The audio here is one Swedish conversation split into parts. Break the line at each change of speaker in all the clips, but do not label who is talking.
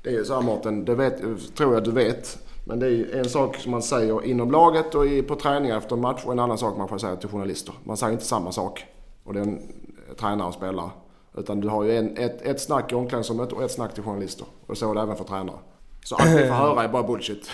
Det är ju så här, Mårten, det tror jag du vet. Men det är ju en sak som man säger inom laget och på träningar efter en match, och en annan sak man får säga till journalister. Man säger inte samma sak. Och det är en tränare och spelare. Utan du har ju ett snack i omklädningsrummet och ett snack till journalister. Och så är det även för tränare. Så allt vi får höra är bara bullshit.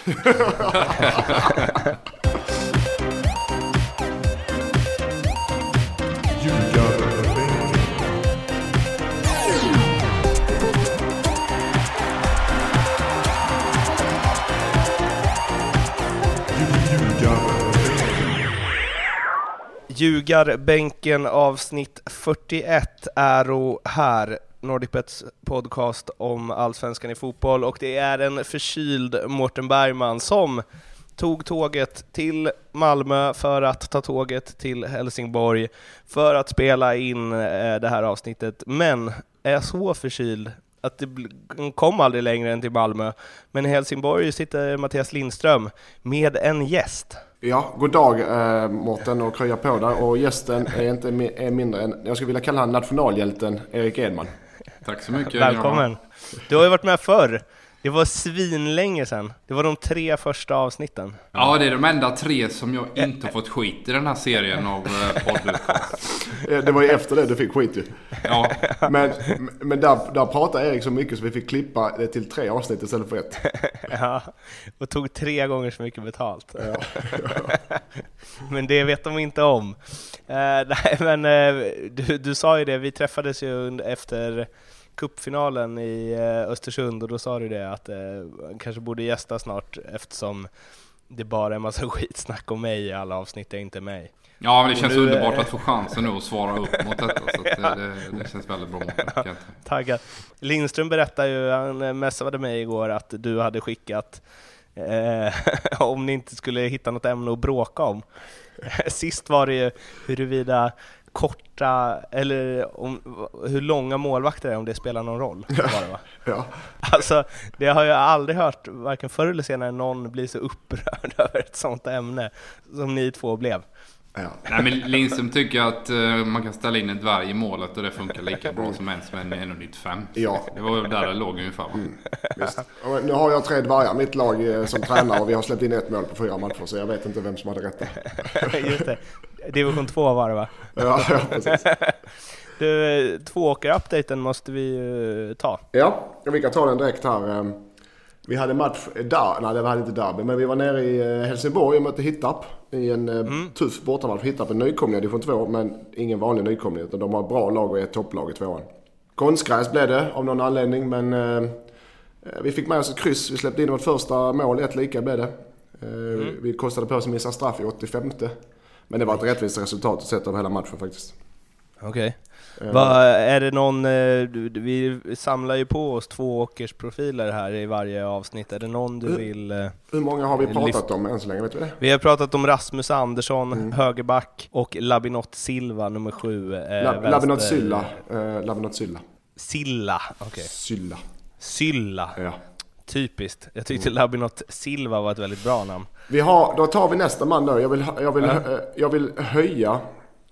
Ljugarbänken avsnitt 41 är och här. NordicBets podcast om allsvenskan i fotboll, och det är en förkyld Mårten Bergman som tog tåget till Malmö för att ta tåget till Helsingborg för att spela in det här avsnittet, men är så förkyld att det kom aldrig längre än till Malmö. Men i Helsingborg sitter Mattias Lindström med en gäst.
Ja, god dag Mårten, och krya på där. Och gästen är mindre än, jag skulle vilja kalla han nationalhjälten Erik Edman.
Tack så mycket.
Välkommen. Du har ju varit med förr. Det var svinlänge sedan. Det var de 3 första avsnitten.
Ja, det är de enda 3 som jag inte fått skit i den här serien av podcast.
Det var ju efter det du fick skit ju.
Ja.
Men där pratade Erik så mycket så vi fick klippa det till 3 avsnitt istället för 1.
Ja, och tog 3 gånger så mycket betalt.
Ja.
Men det vet de inte om. Nej, men du sa ju det, vi träffades ju efter cupfinalen i Östersund, och då sa du det att kanske borde gästa snart, eftersom det bara är en massa skitsnack om mig i alla avsnitt, är inte mig.
Ja, men det känns underbart att få chansen nu att svara upp mot detta, så att det känns väldigt bra.
Taggad. Lindström berättade ju, han messade mig igår att du hade skickat om ni inte skulle hitta något ämne att bråka om. Sist var det ju huruvida korta eller hur långa målvakter är, om det spelar någon roll. Var det, va?
Ja.
Alltså, det har jag aldrig hört, varken förr eller senare, någon blir så upprörd över ett sånt ämne som ni 2 blev.
Ja.
Nej, men Lindström tycker att man kan ställa in ett dvärg i målet och det funkar lika bra som en 1,95.
Ja.
Det var där det låg ungefär.
Visst. Och nu har jag 3 dvärgar, mitt lag som tränare, och vi har släppt in 1 mål på 4 matcher, så jag vet inte vem som hade rätt.
Just det. Division 2 var det, va?
Ja, precis.
Du, 2-åker-updaten måste vi ta.
Ja, vi kan ta den direkt här. Vi hade match där, nej det var inte derby, men vi var nere i Helsingborg och mötte Hittarp i en tuff bortamatch. Hittarp är nykomling i division 2, men ingen vanlig nykomling, utan de har ett bra lag och ett topplag i 2:an. Konstgräs blev det av någon anledning, men vi fick med oss ett kryss. Vi släppte in vårt första mål, 1 lika blev det. Vi kostade på oss att missa straff i 85. Men det var ett rättvist resultat sett av hela matchen faktiskt.
Okej. Är det någon, vi samlar ju på oss 2 åkersprofiler här i varje avsnitt. Är det någon du vill...
Hur många har vi pratat om än så länge, vet vi det?
Vi har pratat om Rasmus Andersson, högerback, och Labinot Silva, nummer 7.
Labinot Sylla. Labinot Sylla.
Silla, okej. Sylla.
Ja.
Typiskt. Jag tyckte Labinot Silva var ett väldigt bra namn.
Då tar vi nästa man då. Jag vill höja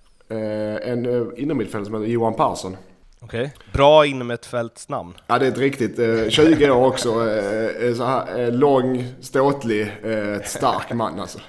en inomhittfältare som heter Johan Persson.
Okej. Bra inomhittfältsnamn. Ja,
det är ett riktigt 20 år också, så här lång, ståtlig, stark man alltså.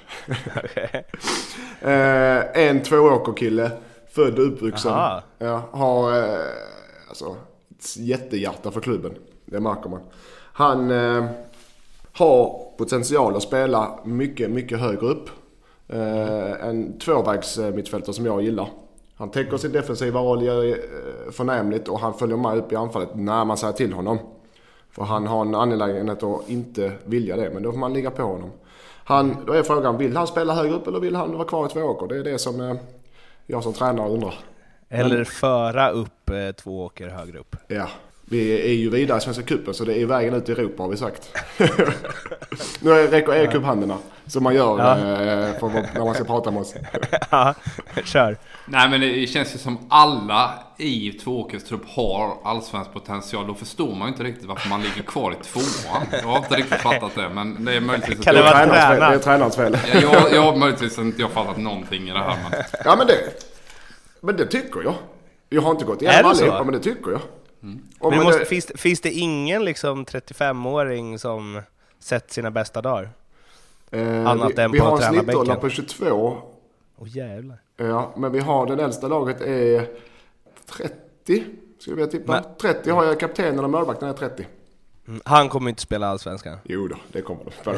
En 2-åkerkille, född och uppvuxen. Ja, har alltså ett jättehjärta för klubben. Det märker man. Han har potential att spela mycket, mycket högre upp. En 2-vägs mittfältare som jag gillar. Han täcker sin defensiva roll förnämligt, och han följer med upp i anfallet när man säger till honom. För han har en angelägenhet att inte vilja det, men då får man ligga på honom. Då är frågan, vill han spela högre upp eller vill han vara kvar i 2 åker? Det är det som jag som tränare undrar.
Eller föra upp 2 åker högre upp.
Ja. Vi är ju vidare i Svenska cupen, så det är vägen ut i Europa, har vi sagt. Nu räcker E-cup-händerna, som man gör när man ska prata med oss.
Ja, kör.
Nej, men det känns ju som alla i 2-åkerstrupp har allsvensk potential. Då förstår man ju inte riktigt varför man ligger kvar i 2:an. Jag har inte riktigt fattat det, men det är möjligtvis att
det är
tränarens fel.
Jag har möjligtvis inte fattat någonting i det här.
Men... Ja, men det tycker jag. Jag har inte gått igenom allihopa, men det tycker jag.
Men finns det ingen liksom 35-åring som sett sina bästa dagar? Annat än
vi
på
har en
tränarbänken.
snittålder på 22.
Jävlar.
Ja, men vi har den äldsta laget är 30. Skulle jag tippa. 30 har jag kaptenen och målvakten är 30.
Han kommer inte spela allsvenskan.
Jo då, det kommer det.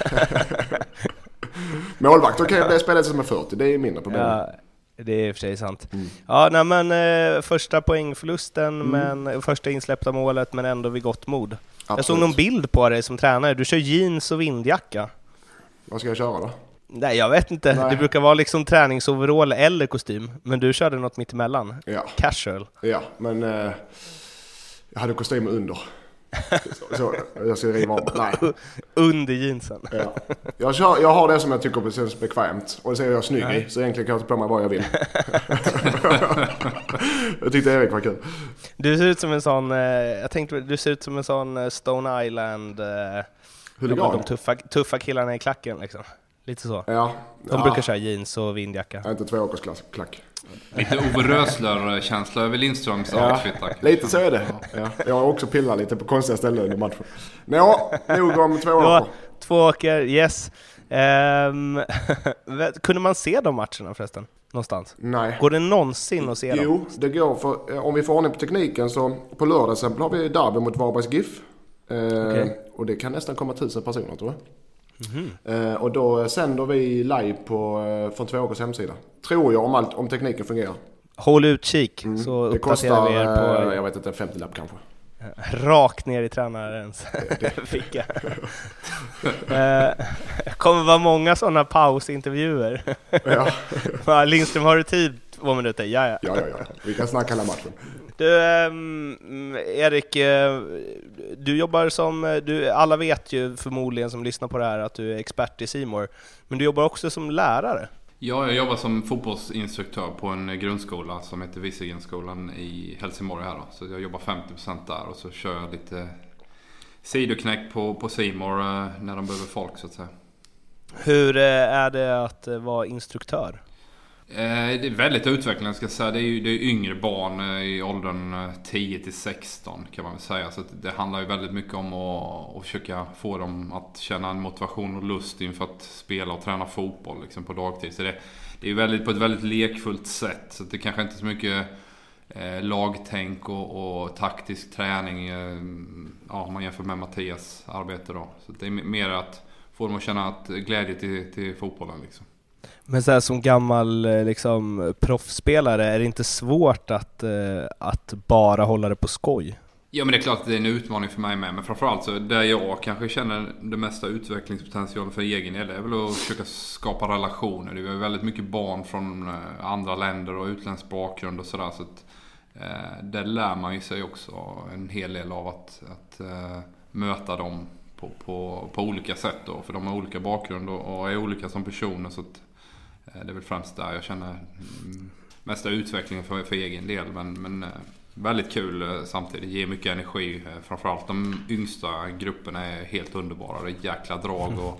Målvakter kan ju bli spelare som är 40. Det är mindre problem.
Ja, det är i och för sig sant. Ja, nej, men första poängförlusten, men första insläppta målet, men ändå vid gott mod.
Absolut.
Jag såg någon bild på dig som tränare. Du kör jeans och vindjacka.
Vad ska jag köra då?
Nej, jag vet inte.
Nej.
Det brukar vara liksom träningsoverall eller kostym. Men du körde något mitt emellan.
Ja.
Casual.
Ja, men jag hade kostym under. Så jag ska riva av. Nej.
Under jeansen.
Ja. Jag har det som jag tycker känns bekvämt. Och det ser jag snygg i. Så egentligen kan jag ta på mig vad jag vill. Jag tyckte Erik var kul.
Du ser ut som en sån... jag tänkte du ser ut som en sån Stone Island... de tuffa killarna i klacken liksom. Lite så.
Ja.
De brukar köra jeans och vindjacka.
Jag är inte tvååkersklack.
Lite Ove Rösler-känsla över Lindströms outfit.
Lite så är det. Ja. Jag har också pillat lite på konstiga ställen under matchen. Nog om tvååker.
Tvååker, yes. Kunde man se de matcherna förresten? Någonstans?
Nej.
Går det någonsin att se dem?
Jo, det går. För om vi får ordning på tekniken så på lördag exempel har vi derby mot Varbergs GIF. Och det kan nästan komma 1000 personer tror jag. Och då sänder vi live från Tvååkers hemsida. Tror jag om tekniken fungerar.
Håll utkik så
det
uppdaterar vi er på...
jag vet inte, 50-lapp kanske.
Rakt ner i tränarens ficka. Kommer vara många sådana pausintervjuer. Ja. Lindström, har du tid? 2 minuter? Ja.
Vi kan snacka hela matchen.
Du, Erik, du jobbar som... alla vet ju förmodligen som lyssnar på det här att du är expert i C More. Men du jobbar också som lärare.
Ja, jag jobbar som fotbollsinstruktör på en grundskola som heter Visegenskolan i Helsingborg här då. Så jag jobbar 50% där och så kör jag lite sidoknäck på C More när de behöver folk så att säga. Hur
är det att vara instruktör?
Det är väldigt utvecklande ska jag säga. Det är yngre barn i åldern 10-16 kan man väl säga. Så det handlar ju väldigt mycket om att försöka få dem att känna en motivation och lust inför att spela och träna fotboll liksom på dagtid. Så det är väldigt, på ett väldigt lekfullt sätt. Så det kanske inte är så mycket lagtänk och taktisk träning om man jämför med Mattias arbete då. Så det är mer att få dem att känna glädje till fotbollen liksom. Men så här, som gammal liksom, proffsspelare, är det inte svårt att bara hålla det på skoj? Ja, men det är klart att det är en utmaning för mig med. Men framförallt så där jag kanske känner det mesta utvecklingspotentialen för egen del är väl att försöka skapa relationer. Det är väldigt mycket barn från andra länder och utländsk bakgrund och sådär. Så att, där lär man ju sig också en hel del av att möta dem på olika sätt då. För de har olika bakgrund och är olika som personer så att det är väl främst där jag känner mesta utvecklingen för egen del. Men väldigt kul samtidigt. Ger mycket energi. Framförallt de yngsta grupperna är helt underbara. Det är jäkla drag och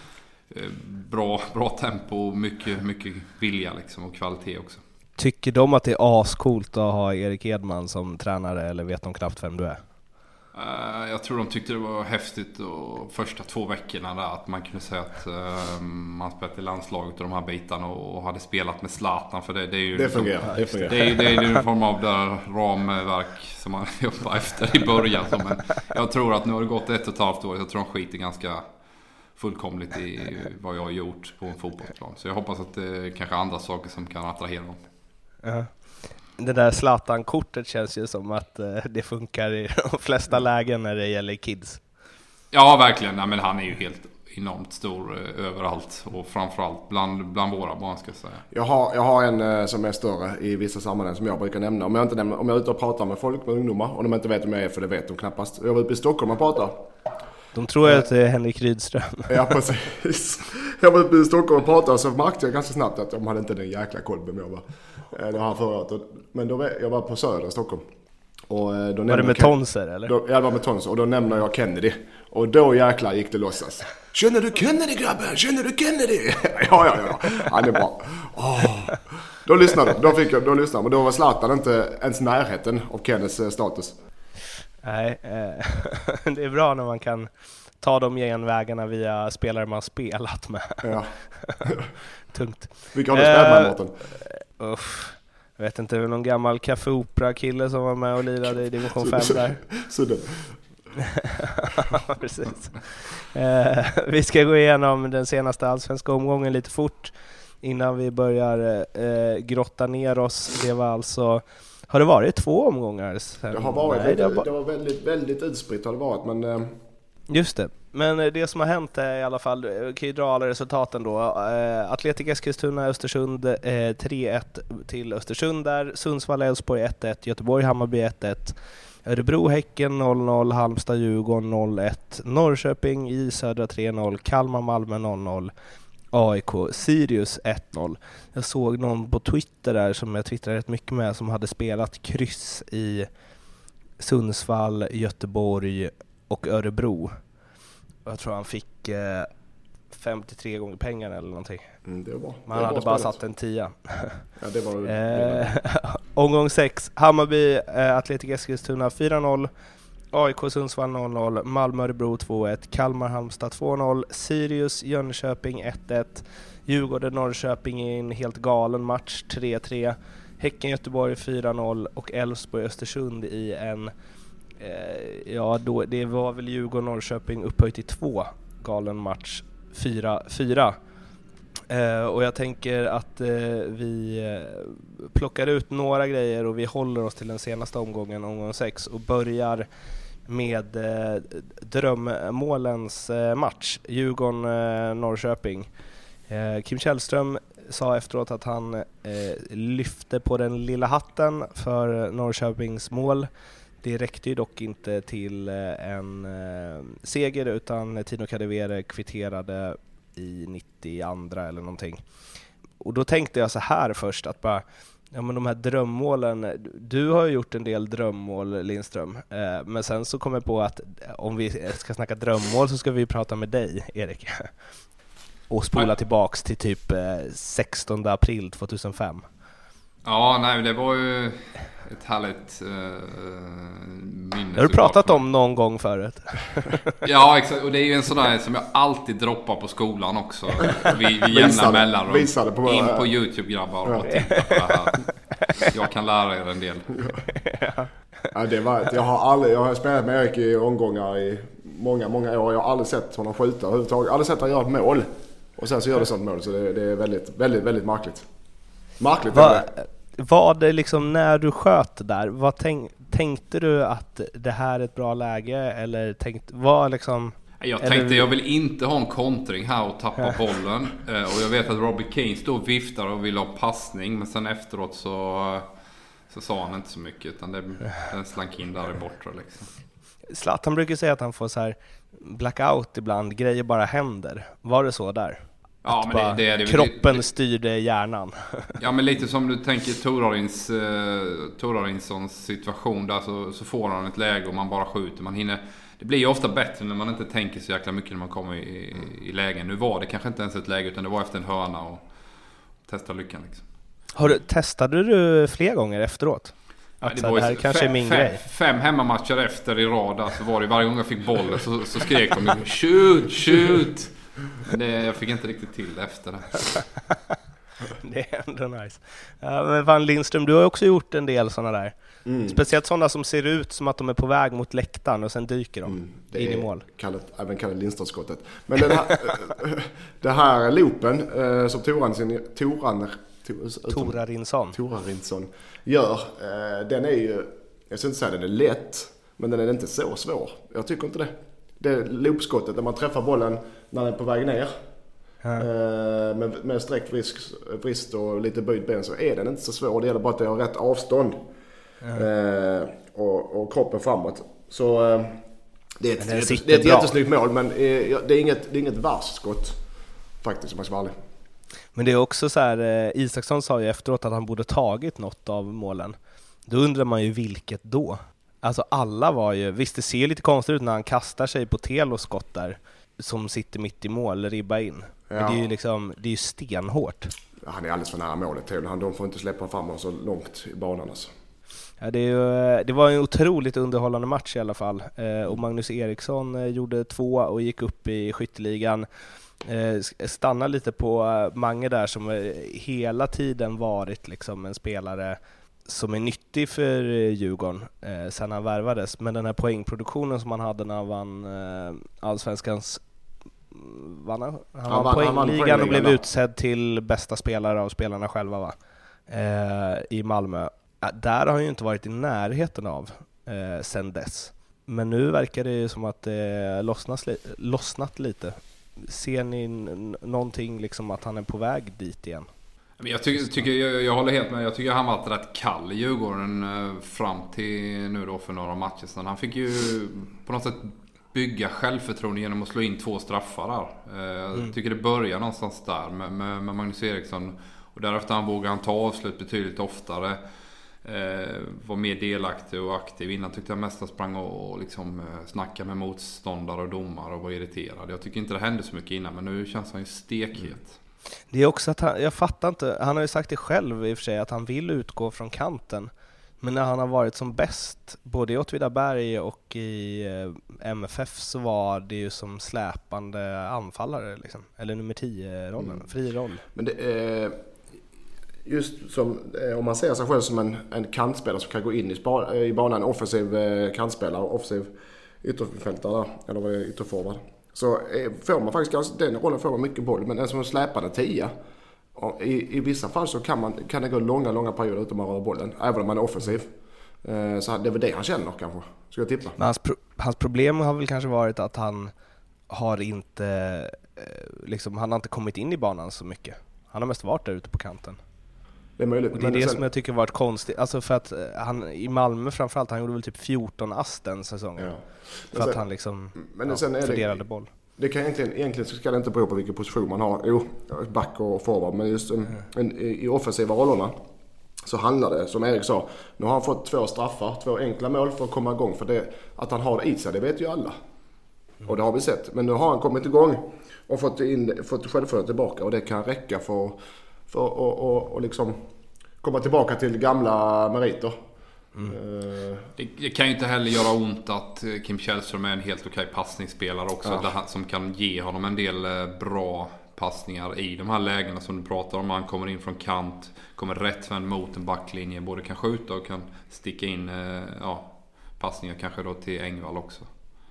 bra tempo. Mycket vilja liksom, och kvalitet också. Tycker de att det är ascoolt att ha Erik Edman som tränare eller vet de knappt vem du är? Jag tror de tyckte det var häftigt och första 2 veckorna där att man kunde säga att man spelat i landslaget och de här bitarna och hade spelat med Zlatan för det är ju
det fungerar.
Det är ju en form av där ramverk som man jobbar efter i början. Men jag tror att nu har det gått 1,5 år. Jag tror de skiter ganska fullkomligt i vad jag har gjort på en fotbollsplan. Så jag hoppas att det är kanske andra saker som kan attrahera dem. Det där Zlatan-kortet känns ju som att det funkar i de flesta lägen när det gäller kids. Ja, verkligen. Nej, men han är ju helt enormt stor överallt och framförallt bland våra barn ska jag säga.
Jag har en som är större i vissa sammanhang som jag brukar nämna. Om jag är ute och pratar med folk, med ungdomar och de inte vet vem jag är, för det vet de knappast. Jag var uppe i Stockholm och pratade. De tror att det är Henrik Rydström. Ja, precis. Jag var uppe i Stockholm och pratade och så märkte jag ganska snabbt att de hade inte den jäkla koll på mig. Det har han förut. Men jag var på Söder i Stockholm. Och då var det med Tonser eller? Ja, det var med Tonser. Och då nämner jag Kennedy. Och då jäklar gick det lossas. Känner du Kennedy, grabben? Känner du Kennedy? Ja. Han är bra. Då lyssnade de. Men då var Zlatan inte ens närheten av Kennys status.
Nej, det är bra när man kan ta de genvägarna via spelare man spelat med.
Ja.
Tungt.
Vilka har du spelat med, Mårten?
Jag vet inte, någon gammal Café Opera-kille som var med och lirade i division 5 där.
Sudden.
Precis. Vi ska gå igenom den senaste allsvenska omgången lite fort innan vi börjar grotta ner oss. Det var alltså... Har det varit 2 omgångar?
Det har varit. Nej, det var väldigt, väldigt utspritt har det varit, men...
Just det. Men det som har hänt är i alla fall, kan ju dra alla resultaten då. Atletic Eskilstuna, Östersund 3-1 till Östersund där. Sundsvall, Elfsborg 1-1, Göteborg, Hammarby 1-1. Örebro, Häcken 0-0, Halmstad, Djurgården 0-1, Norrköping i Södra 3-0, Kalmar, Malmö 0-0, AIK, Sirius 1-0. Jag såg någon på Twitter där som jag twittrade rätt mycket med som hade spelat kryss i Sundsvall, Göteborg och Örebro. Jag tror han fick 53 gånger pengarna eller någonting.
Det var bra.
Man hade bara satt en 10.
Ja, det var
omgång 6. Hammarby, Atletic Eskilstuna 4-0. AIK Sundsvall 0-0. Malmö Örebro 2-1. Kalmar Halmstad 2-0. Sirius Jönköping 1-1. Djurgården Norrköping i en helt galen match 3-3. Häcken Göteborg 4-0 och Elfsborg Östersund i en det var väl Djurgården Norrköping upphöjt till 2 galen match 4-4. Och jag tänker att vi plockar ut några grejer och vi håller oss till den senaste omgången, omgång 6, och börjar med drömmålens match, Djurgården-Norrköping. Kim Källström sa efteråt att han lyfte på den lilla hatten för Norrköpings mål. Det räckte ju dock inte till en seger, utan Tino Kadewere kvitterade i 92 eller någonting. Och då tänkte jag så här först att bara, men de här drömmålen, du har ju gjort en del drömmål, Lindström, men sen så kom jag på att om vi ska snacka drömmål så ska vi prata med dig, Erik, och spola tillbaks till typ 16 april 2005.
Ja, nej, det var ju ett härligt minne.
Har du pratat om någon gång förut?
Ja, exakt. Och det är ju en sån där som jag alltid droppar på skolan också. Vi jämna mellanrum. In på YouTube, grabbar, och titta på det här. Jag kan lära er en del.
Ja, jag har spelat med Erik i omgångar i många år. Jag har aldrig sett honom skjuta överhuvudtaget. Aldrig sett honom göra ett mål. Och sen så gör det sånt mål, så det är väldigt, väldigt, väldigt märkligt.
Var det liksom när du sköt där, vad tänkte du att det här är ett bra läge, eller
jag vill inte ha en kontring här och tappa bollen, och jag vet att Robbie Keane stod och viftar och ville ha passning, men sen efteråt så sa han inte så mycket, utan den slank in där i bortre liksom.
Zlatan brukar säga att han får så här blackout ibland, grejer bara händer. Var det så där?
Ja, men det
kroppen styrde hjärnan.
Ja, men lite som du tänker Torarinsons situation där, så får han ett läge och man bara skjuter. Man hinner. Det blir ju ofta bättre när man inte tänker så jäkla mycket när man kommer i lägen. Nu var det kanske inte ens ett läge, utan det var efter en hörna och testa lyckan liksom.
Testade du fler gånger efteråt?
Det var
här kanske är min grej.
5 hemmamatcher efter i rad, så var det varje gång jag fick bollen så skrek de shoot. Men jag fick inte riktigt till efter det.
Det är ändå nice. Men Van Lindström, du har också gjort en del sådana där. Speciellt sådana som ser ut som att de är på väg mot läktaren och sen dyker de in i mål.
Även kallat Lindströmskottet. Men det här loopen som Torarinsson gör, den är ju, jag ska inte säga att den är lätt, men den är inte så svår. Jag tycker inte det. Det loopskottet när man träffar bollen när den är på väg ner, med sträckt vrist och lite böjd ben, så är den inte så svår. Det gäller bara att det har rätt avstånd och kroppen framåt. Så det är ett jättesnyggt mål, men det är inget varsskott faktiskt, som jag ska vara ärlig.
Men det är också så här, Isaksson sa ju efteråt att han borde tagit något av målen. Då undrar man ju vilket då. Alltså alla var ju, visst det ser lite konstigt ut när han kastar sig på Telos skott där som sitter mitt i mål ribba in.
Ja.
Men det är ju liksom, det är ju stenhårt.
Han är alldeles för nära målet. De får inte släppa fram honom så långt i banan alltså.
Ja, det var en otroligt underhållande match i alla fall. Och Magnus Eriksson gjorde 2 och gick upp i skytteligan. Stanna lite på Mange där som hela tiden varit liksom en spelare som är nyttig för Djurgården sen han värvades. Men den här poängproduktionen som han hade när han vann Allsvenskans han vann poängligan och blev utsedd till bästa spelare av spelarna själva, va? I Malmö. Där har han ju inte varit i närheten av sen dess. Men nu verkar det ju som att det lossnat lite. Ser ni någonting liksom att han är på väg dit igen?
Jag håller helt med. Jag tycker han varit rätt kall i Djurgården fram till nu då för några matcher sedan. Han fick ju på något sätt bygga självförtroende genom att slå in 2 straffar där. Jag tycker det börjar någonstans där med Magnus Eriksson. Och därefter vågade han ta avslut betydligt oftare. Var mer delaktig och aktiv. Innan tyckte jag mest sprang och liksom snacka med motståndare och domare och var irriterad. Jag tycker inte det hände så mycket innan, men nu känns han ju stekhet.
Det är också att jag fattar inte, han har ju sagt det själv i och för sig att han vill utgå från kanten. Men när han har varit som bäst, både i Åtvidaberg och i MFF, så var det ju som släpande anfallare liksom. Eller nummer 10-rollen, fri roll.
Men det just som om man ser sig själv som en kantspelare som kan gå in i banan, offensiv kantspelare, offensiv ytterfältare eller vad det är, ytterforward, så får man faktiskt den rollen, får man mycket boll, men en som en släpande 10 i vissa fall så kan det gå långa perioder utan att röra bollen, även om man är offensiv. Så det är väl det han känner kanske, ska jag tippa.
Men hans problem har väl kanske varit att han har inte liksom, han har inte kommit in i banan så mycket. Han har mest varit där ute på kanten.
Det är möjligt.
Och det är det som jag tycker varit konstigt. Alltså för att han i Malmö framförallt, han gjorde väl typ 14 ass den säsongen. Ja. För att han liksom fördelade boll.
Det kan egentligen ska det inte bero på vilken position man har. Back och forward. Men just i offensiva rollerna så handlar det, som Erik sa, nu har han fått 2 straffar, 2 enkla mål för att komma igång. För det, att han har det i sig, det vet ju alla. Och det har vi sett. Men nu har han kommit igång och fått självförtroende tillbaka. Och det kan räcka för att liksom komma tillbaka till gamla meriter.
Det kan ju inte heller göra ont att Kim Källström är en helt okej passningsspelare också, som kan ge honom en del bra passningar i de här lägena som du pratar om. Han kommer in från kant, kommer rättvänd mot en backlinje, både kan skjuta och kan sticka in passningar kanske då till Engvall också.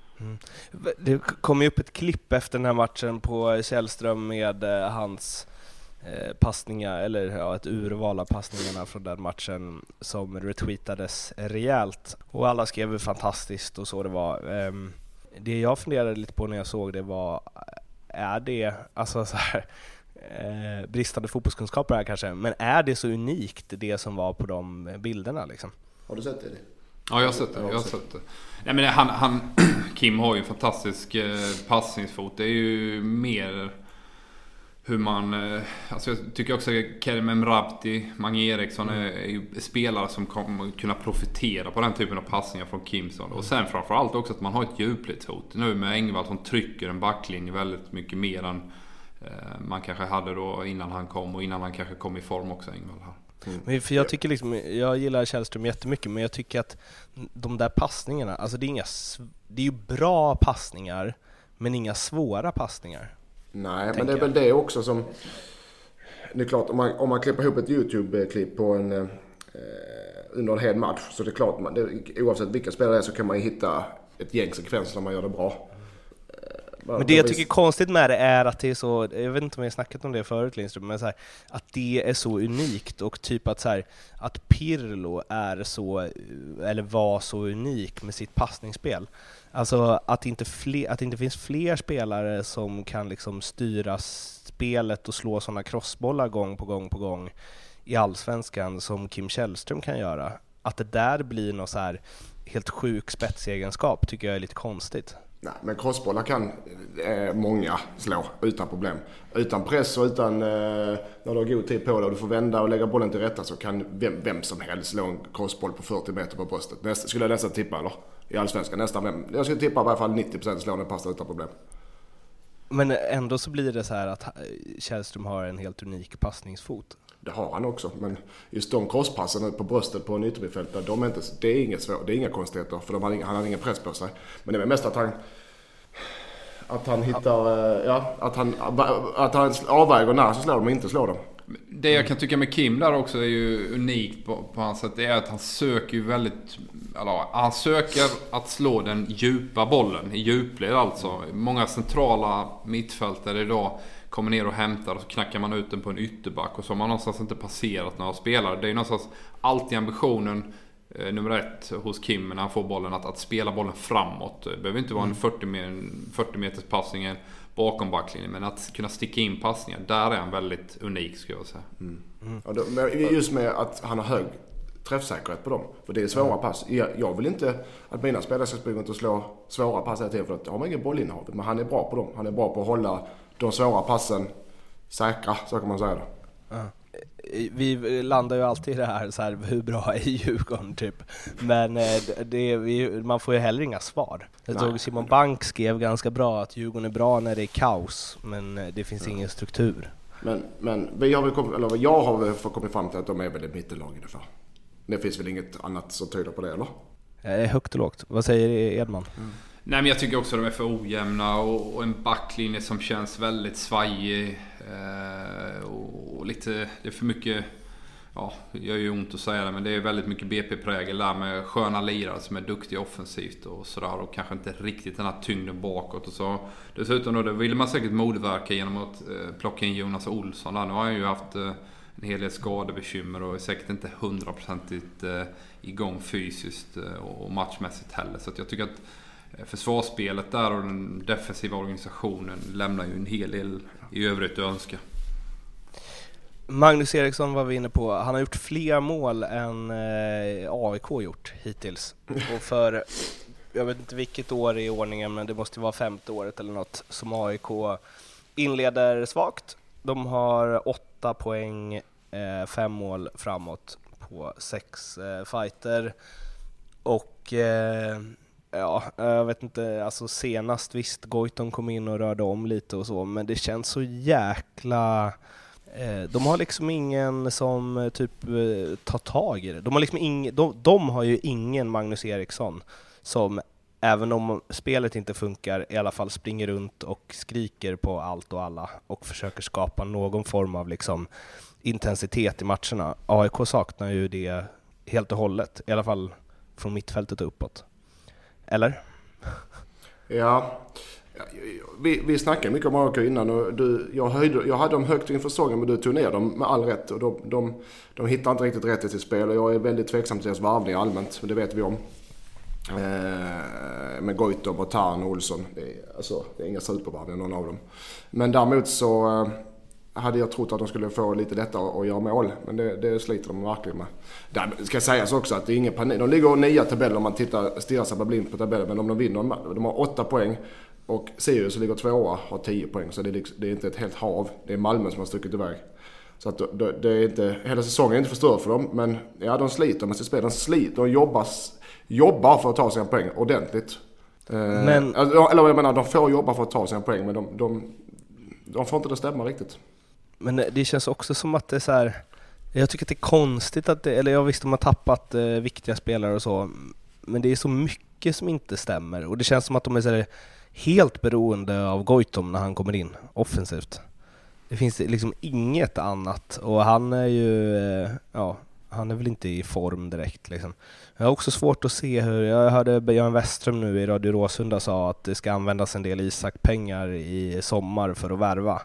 Det kom ju upp ett klipp efter den här matchen på Källström med hans passningar, eller ett urval av passningarna från den matchen som retweetades rejält och alla skrev fantastiskt och så det var. Det jag funderade lite på när jag såg det var, är det alltså så här, bristande fotbollskunskaper här kanske, men är det så unikt det som var på de bilderna liksom?
Har du sett det?
Ja, jag har sett det. Nej, men Kim har ju en fantastisk passningsfot. Det är ju mer hur man, alltså jag tycker också att Kerim Emrabti, Mange Eriksson är ju spelare som kommer kunna profitera på den typen av passningar från Kimson. Och sen framförallt också att man har ett djupledshot. Nu med Engvall som trycker en backlinje väldigt mycket mer än man kanske hade då innan han kom, och innan han kanske kom i form också, Engvall här.
Men för jag tycker liksom, jag gillar Källström jättemycket, men jag tycker att de där passningarna, alltså det är ju bra passningar, men inga svåra passningar.
Nej, men det är väl det också som, det är klart, om man klipper ihop ett YouTube-klipp på under en hel match, så det är klart, oavsett vilka spelare det är så kan man ju hitta ett gäng sekvenser när man gör det bra.
Men det jag tycker är konstigt med det är att det är så, jag vet inte om jag snackat om det förut Lindström, men så här, att det är så unikt, och typ att så här, att Pirlo är så, eller var så unik med sitt passningsspel. Alltså att det inte finns fler spelare som kan liksom styra spelet och slå sådana crossbollar gång på gång i Allsvenskan som Kim Källström kan göra. Att det där blir någon så här helt sjuk spetsegenskap tycker jag är lite konstigt.
Nej, men crossbollar kan många slå utan problem. Utan press och utan när du har god tid på dig och du får vända och lägga bollen till rätta, så kan vem som helst slå en crossboll på 40 meter på bröstet. Skulle jag nästan tippa, eller? I Allsvenskan nästan vem. Jag skulle tippa i alla fall 90% slå den pasta utan problem.
Men ändå så blir det så här att Källström har en helt unik passningsfot.
Det har han också, men just de crosspassen på bröstet på en yttermittfältare, det är inget svårt, det är inga konstigheter, för han har ingen press på sig. Men det är mest att han hittar, att han avväger när så slår de och inte slår dem.
Det jag kan tycka med Kim där också är ju unikt på hans sätt, det är att han söker ju han söker att slå den djupa bollen i djupled alltså. Många centrala mittfältare idag kommer ner och hämtar och så knackar man ut den på en ytterback och så har man någonstans inte passerat några spelare. Det är ju någonstans alltid ambitionen nummer 1 hos Kim när han får bollen att spela bollen framåt. Det behöver inte vara en 40 meters passning bakom backlinjen, men att kunna sticka in passningar, där är han väldigt unik skulle jag säga.
Just med att han har hög träffsäkerhet på dem, för det är svåra pass. Jag vill inte att mina spelare ska springa och slå svåra pass hela tiden, för att har man ingen bollinnehav, men han är bra på dem. Han är bra på att hålla de svåra passen säkra, så kan man säga det.
Vi landar ju alltid i det här, så här hur bra är Djurgården typ. Men man får ju heller inga svar. Jag såg Simon Bank skrev ganska bra att Djurgården är bra när det är kaos, men det finns ingen struktur.
Men jag har väl kommit fram till att de är väl ett mittellag ungefär. Det finns väl inget annat som tyder på det, eller?
Högt och lågt. Vad säger Edman?
Nej, men jag tycker också att de är för ojämna och en backlinje som känns väldigt svajig och lite, det är för mycket, det gör ju ont att säga det, men det är väldigt mycket BP-prägel där med sköna lirare som är duktiga offensivt och sådär, och kanske inte riktigt den här tyngden bakåt och så. Dessutom då, det vill man säkert modverka genom att plocka in Jonas Olsson där. Nu har han ju haft en hel del skadebekymmer och är säkert inte 100% igång fysiskt och matchmässigt heller, så att jag tycker att försvarsspelet där och den defensiva organisationen lämnar ju en hel del i övrigt att önska.
Magnus Eriksson var vi inne på. Han har gjort fler mål än AIK gjort hittills. Och för, jag vet inte vilket år i ordningen, men det måste vara 5:e året eller något som AIK inleder svagt. De har 8 poäng, 5 mål framåt på 6 fighter. Och jag vet inte, alltså senast visst Goitom kom in och rörde om lite och så, men det känns så jäkla... De har liksom ingen som typ tar tag i det. De har liksom de har ju ingen Magnus Eriksson som, även om spelet inte funkar, i alla fall springer runt och skriker på allt och alla och försöker skapa någon form av liksom intensitet i matcherna. AIK saknar ju det helt och hållet, i alla fall från mittfältet och uppåt. Eller?
Ja, vi snackade mycket om AIK innan och jag hade dem högt inför säsongen, men du tog ner dem med all rätt, och de hittar inte riktigt rätt i sitt spel, och jag är väldigt tveksam till deras varvning allmänt, men det vet vi om. Med Goitom och Tarn och Olsson, det är inga supervarvningar någon av dem. Men däremot så hade jag trott att de skulle få lite lättare att göra mål, men det sliter de verkligen med. Där ska sägas också att det är ingen panik. De ligger 9 tabeller om man stirrar sig blind på tabellen, men om de vinner, de har 8 poäng och Sirius ligger 2 har 10 poäng, så det är inte ett helt hav. Det är Malmö som har stuckit iväg. Så att det är inte, hela säsongen är inte förstörd för dem, men ja, de sliter med sitt spel. De jobbar för att ta sig en poäng ordentligt. Men eller jag menar, de får jobba för att ta sig en poäng, men de får inte det stämma riktigt.
Men det känns också som att det är så här, jag tycker att det är konstigt att jag visste att de har tappat viktiga spelare och så, men det är så mycket som inte stämmer, och det känns som att de är så här, helt beroende av Goitom när han kommer in offensivt. Det finns liksom inget annat, och han är ju han är väl inte i form direkt liksom. Jag har också svårt att se hur, jag hörde Björn Westström nu i Radio Råsunda sa att det ska användas en del Isak-pengar i sommar för att värva.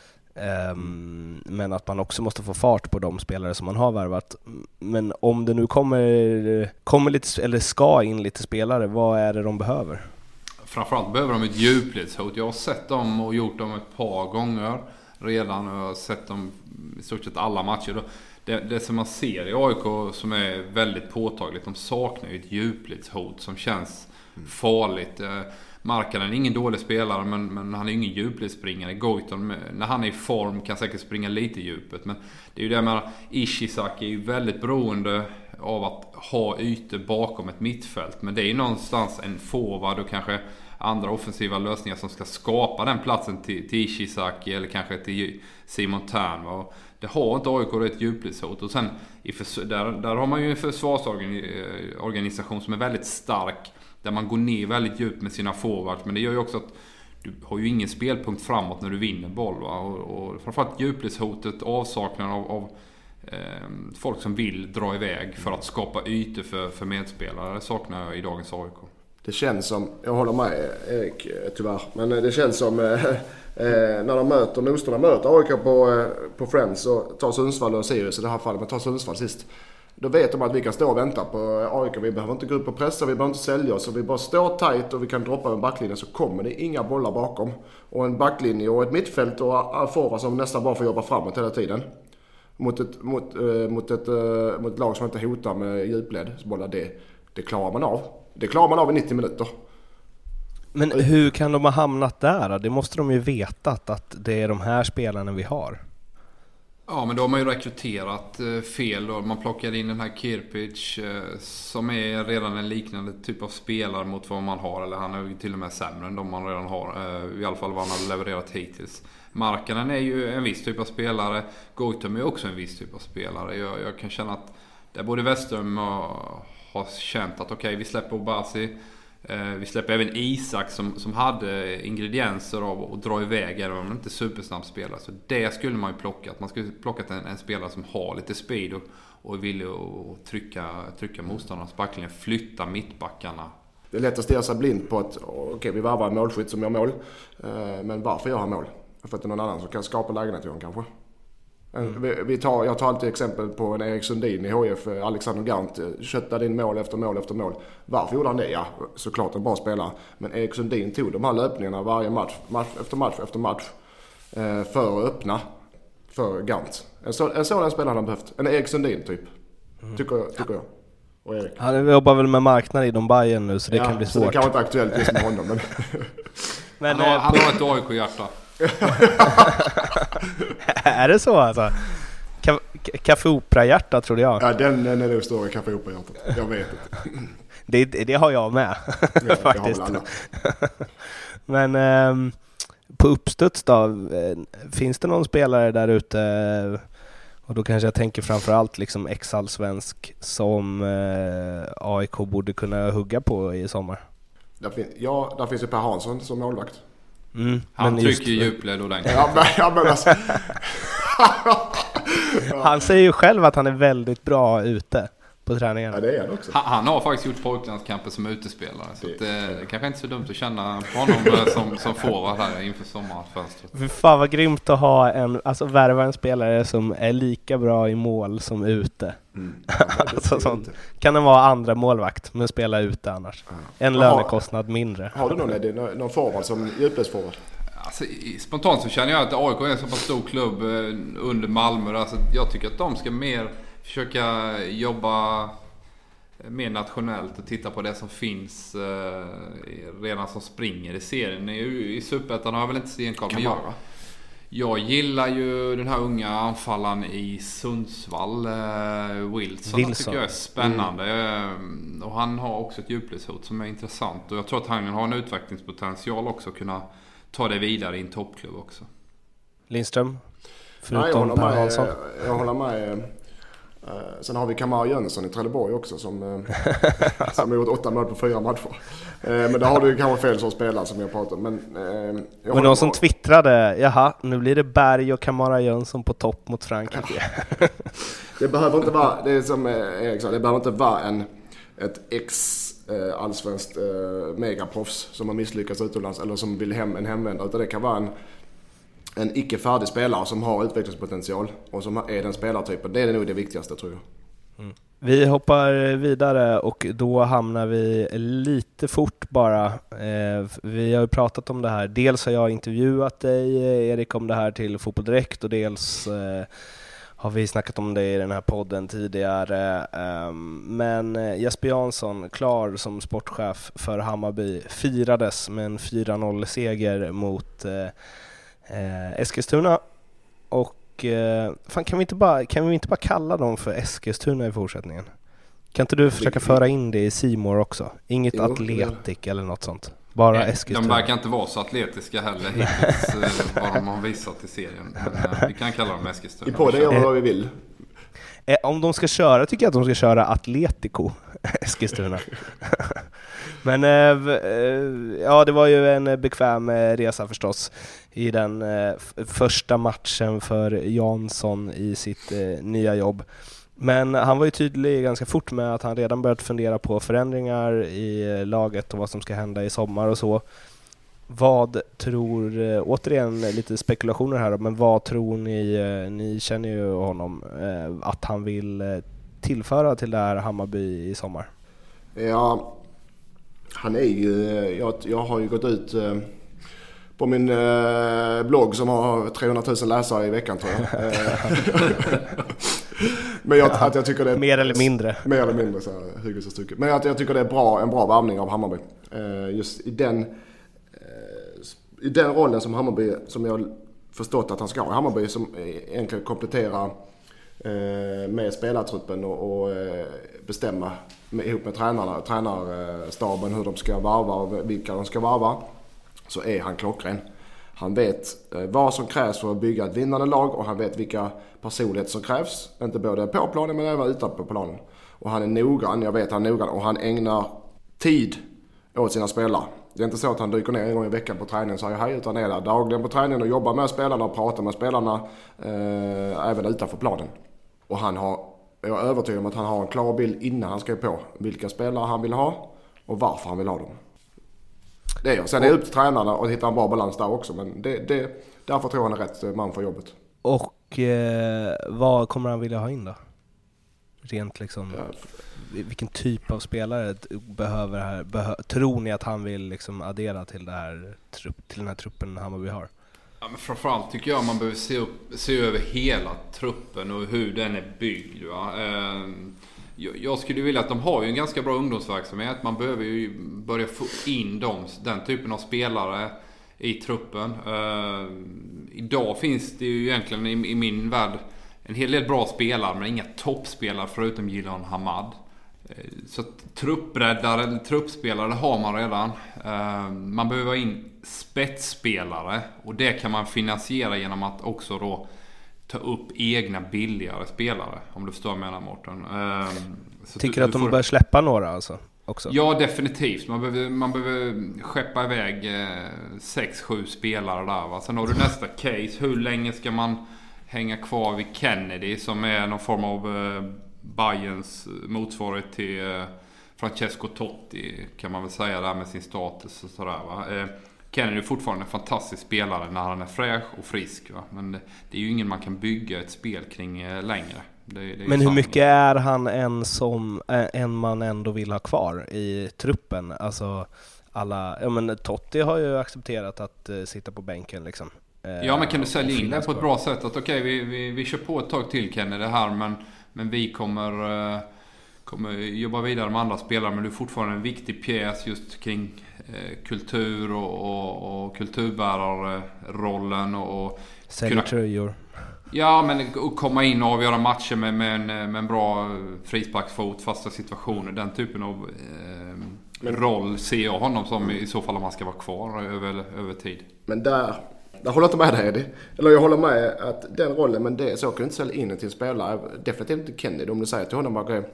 Men att man också måste få fart på de spelare som man har värvat. Men om det nu kommer lite, eller ska in lite spelare, vad är det de behöver?
Framförallt behöver de ett djupledshot. Jag har sett dem och gjort dem ett par gånger redan, och jag har sett dem i stort sett alla matcher. Det som man ser i AIK som är väldigt påtagligt, de saknar ju ett djupledshot som känns farligt. Marknaden är ingen dålig spelare, men han är ingen djupledsspringare. Goitom, när han är i form, kan säkert springa lite i djupet, men det är ju det med Ishizak är ju väldigt beroende av att ha ytor bakom ett mittfält, men det är ju någonstans en forward och kanske andra offensiva lösningar som ska skapa den platsen till Ishizaki eller kanske till Simon Tern. Och det har inte AIK ett djupledshot. Och sen där har man ju en försvarsorganisation som är väldigt stark, där man går ner väldigt djupt med sina forwards. Men det gör ju också att du har ju ingen spelpunkt framåt när du vinner boll. Va? Och framförallt djupledshotet, avsaknaden av folk som vill dra iväg för att skapa ytor för medspelare, det saknar jag i dagens AIK.
Det känns som, jag håller med Erik tyvärr, men det känns som när motståndarna möter AIK på Friends och tar Sundsvall och Sirius i det här fallet, men tar Sundsvall sist. Då vet de att vi kan stå och vänta på AIK. Vi behöver inte gå upp och pressa, vi behöver inte sälja oss. Vi bara står tight och vi kan droppa en backlinje, så kommer det inga bollar bakom. Och en backlinje och ett mittfält och forward som nästan bara får jobba framåt hela tiden. Mot ett lag som inte hotar med djupledsbollar, det klarar man av. Det klarar man av i 90 minuter.
Men hur kan de ha hamnat där? Det måste de ju veta att det är de här spelarna vi har.
Ja, men då har man ju rekryterat fel då. Man plockade in den här Kirpic som är redan en liknande typ av spelare mot vad man har. Eller han är ju till och med sämre än de man redan har. I alla fall vad han har levererat hittills. Markkanen är ju en viss typ av spelare. Goitom är också en viss typ av spelare. Jag kan känna att där både Westström har känt att okej, vi släpper Obasi. Vi släpper även Isak som hade ingredienser av att dra iväg, även om man inte supersnabb spelare. Så det skulle man ju plockat. Man skulle plockat en spelare som har lite speed och vill att trycka motståndarnas backlinje, flytta mittbackarna.
Det är lätt att stirra sig blind på att okej, vi varvar en målskytt som gör mål. Men varför gör han mål? För att det är någon annan som kan skapa lägenhet till honom kanske. Jag tar alltid exempel på en Erik Sundin i HF, Alexander Gant köttade in mål efter mål efter mål. Varför gjorde han det? Ja, såklart en bra spelare. Men Erik Sundin tog de här löpningarna varje match efter match för att öppna för Gant. En sådan spelare han behövt. En Erik Sundin typ. Tycker jag. Och Erik.
Han jobbar väl med marknad i de Bayern nu, så det kan bli svårt.
Så det kan vara inte aktuellt just med honom.
Men han har ett AIK-hjärta.
Är det så alltså? Café Opera-hjärta trodde jag.
Ja, den är nog större Café Opera-hjärtat. Jag vet inte.
Det har jag med.
Ja,
faktiskt. Men på uppstuds då, finns det någon spelare där ute, och då kanske jag tänker framförallt liksom ex-allsvensk, som AIK borde kunna hugga på i sommar?
Där finns ju Per Hansson som målvakt.
Han trycker ju djupled och den.
Men alltså.
Han
säger ju själv att han är väldigt bra ute på träningen.
Ja, det är han också.
Han har faktiskt gjort pojklandskamper som utespelare. Så det är kanske inte så dumt att känna på honom som forward här inför sommarfönstret.
Fan vad grymt att ha värva en spelare som är lika bra i mål som ute. Alltså, sånt. Kan den vara andra målvakt men spela ute annars. En lönekostnad mindre.
Har du någon forward som djupledsforward?
Alltså, spontant så känner jag att AIK är en så pass stor klubb under Malmö. Alltså, jag tycker att de ska mer försöka jobba mer nationellt och titta på det som finns redan som springer i serien. I Superettan har jag väl inte stenkoll, men jag gillar ju den här unga anfallaren i Sundsvall, Wilson. Tycker jag är spännande. Och han har också ett djupledshot som är intressant. Och jag tror att han har en utvecklingspotential också, att kunna ta det vidare i en toppklubb också.
Lindström?
Förutom jag håller med. Sen har vi Kamara Jönsson i Trelleborg också som har gjort 8 mål på 4 matcher. Men där har du kanske fel som spelare som jag pratar om. Men
någon som twittrade, nu blir det Berg och Kamara Jönsson på topp mot Frankrike.
Det behöver inte vara, det är som Erik sa, det behöver inte vara ett allsvenskt megaproffs som har misslyckats utomlands eller som vill en hemvändare, utan det kan vara en icke färdig spelare som har utvecklingspotential och som är den spelartypen. Det är nog det viktigaste, tror jag.
Vi hoppar vidare och då hamnar vi lite fort bara. Vi har ju pratat om det här. Dels har jag intervjuat dig, Erik, om det här till Fotboll Direkt, och dels har vi snackat om det i den här podden tidigare. Men Jesper Jansson, klar som sportchef för Hammarby, firades med en 4-0-seger mot Eskilstuna. Och kan vi inte bara kalla dem för Eskilstuna i fortsättningen? Kan inte du försöka föra in det i C More också? Inget Atletic eller något sånt? Bara Eskilstuna.
De verkar inte vara så atletiska heller hittills vad de har visat i serien. Men vi kan kalla dem Eskilstuna.
I på det gör vad vi vill.
Om de ska köra tycker jag att de ska köra Atletico Eskilstuna. Men ja, det var ju en bekväm resa förstås i den första matchen för Jansson i sitt nya jobb. Men han var ju tydlig ganska fort med att han redan börjat fundera på förändringar i laget och vad som ska hända i sommar och så. Vad tror, återigen lite spekulationer här, men vad tror ni känner ju honom, att han vill tillföra till det här Hammarby i sommar?
Ja, han är ju, jag har ju gått ut på min blogg som har 300 000 läsare i veckan tror jag. Men att jag tycker det är
mer eller mindre
så här, hyggesstycke. Men att jag tycker det är en bra värvning av Hammarby. Just i den rollen som Hammarby, som jag förstått att han ska ha i Hammarby, som egentligen kompletterar med spelartruppen och bestämma ihop med tränarstaben hur de ska varva och vilka de ska varva, så är han klockren. Han vet vad som krävs för att bygga ett vinnande lag och han vet vilka personligheter som krävs, inte både på planen men även utanpå planen. Och han är noggrann, jag vet han är noggrann, och han ägnar tid åt sina spelare. Det är inte så att han dyker ner en gång i veckan på träningen så här, utan är där dagligen på träningen och jobbar med spelarna och pratar med spelarna även utanför planen. Och jag är övertygad om att han har en klar bild innan han ska på vilka spelare han vill ha och varför han vill ha dem. Det är jag. Sen är det upp till tränarna och hitta en bra balans där också, men därför tror jag han är rätt man för jobbet.
Och vad kommer han vilja ha in då? Rent liksom, vilken typ av spelare tror ni att han vill liksom addera till den här truppen Hammarby har?
Ja, men framförallt tycker jag man behöver se över hela truppen och hur den är byggd. Va? Jag skulle vilja att de har ju en ganska bra ungdomsverksamhet. Man behöver ju börja få in den typen av spelare i truppen. Idag finns det ju egentligen i min värld en hel del bra spelare, men inga toppspelare förutom Gilan Hamad. Så truppbreddare eller truppspelare har man redan. Man behöver ha in spetsspelare, och det kan man finansiera genom att också då ta upp egna billigare spelare, om du förstår vad jag menar, Mårten.
Tycker du att de bör släppa några alltså också?
Ja, definitivt. Man behöver skeppa iväg 6-7 spelare där. Va? Sen har du nästa case. Hur länge ska man hänga kvar vid Kennedy, som är någon form av Bayerns motsvarighet till Francesco Totti, kan man väl säga, där med sin status och sådär, va? Kennedy är fortfarande en fantastisk spelare när han är fräsch och frisk, va? Men det är ju ingen man kan bygga ett spel kring längre.
Men hur mycket är han en man ändå vill ha kvar i truppen? Alltså Totti har ju accepterat att sitta på bänken liksom.
Ja, men kan du sälja in det på ett bra sätt att okej, vi kör på ett tag till Kennedy här, men vi kommer jobba vidare med andra spelare, men du är fortfarande en viktig pjäs just kring kultur och kulturbärarrollen och
sälja tröjor.
Ja, men att komma in och avgöra matcher med en bra frisparksfot, fasta situationer, den typen av roll ser jag honom som, i så fall, om han ska vara kvar över tid. Men
där håller jag inte med dig, Eddie. Eller jag håller med att den rollen, men det så kan du inte sälja in till en spelare. Definitivt inte Kennedy. Om du säger till honom att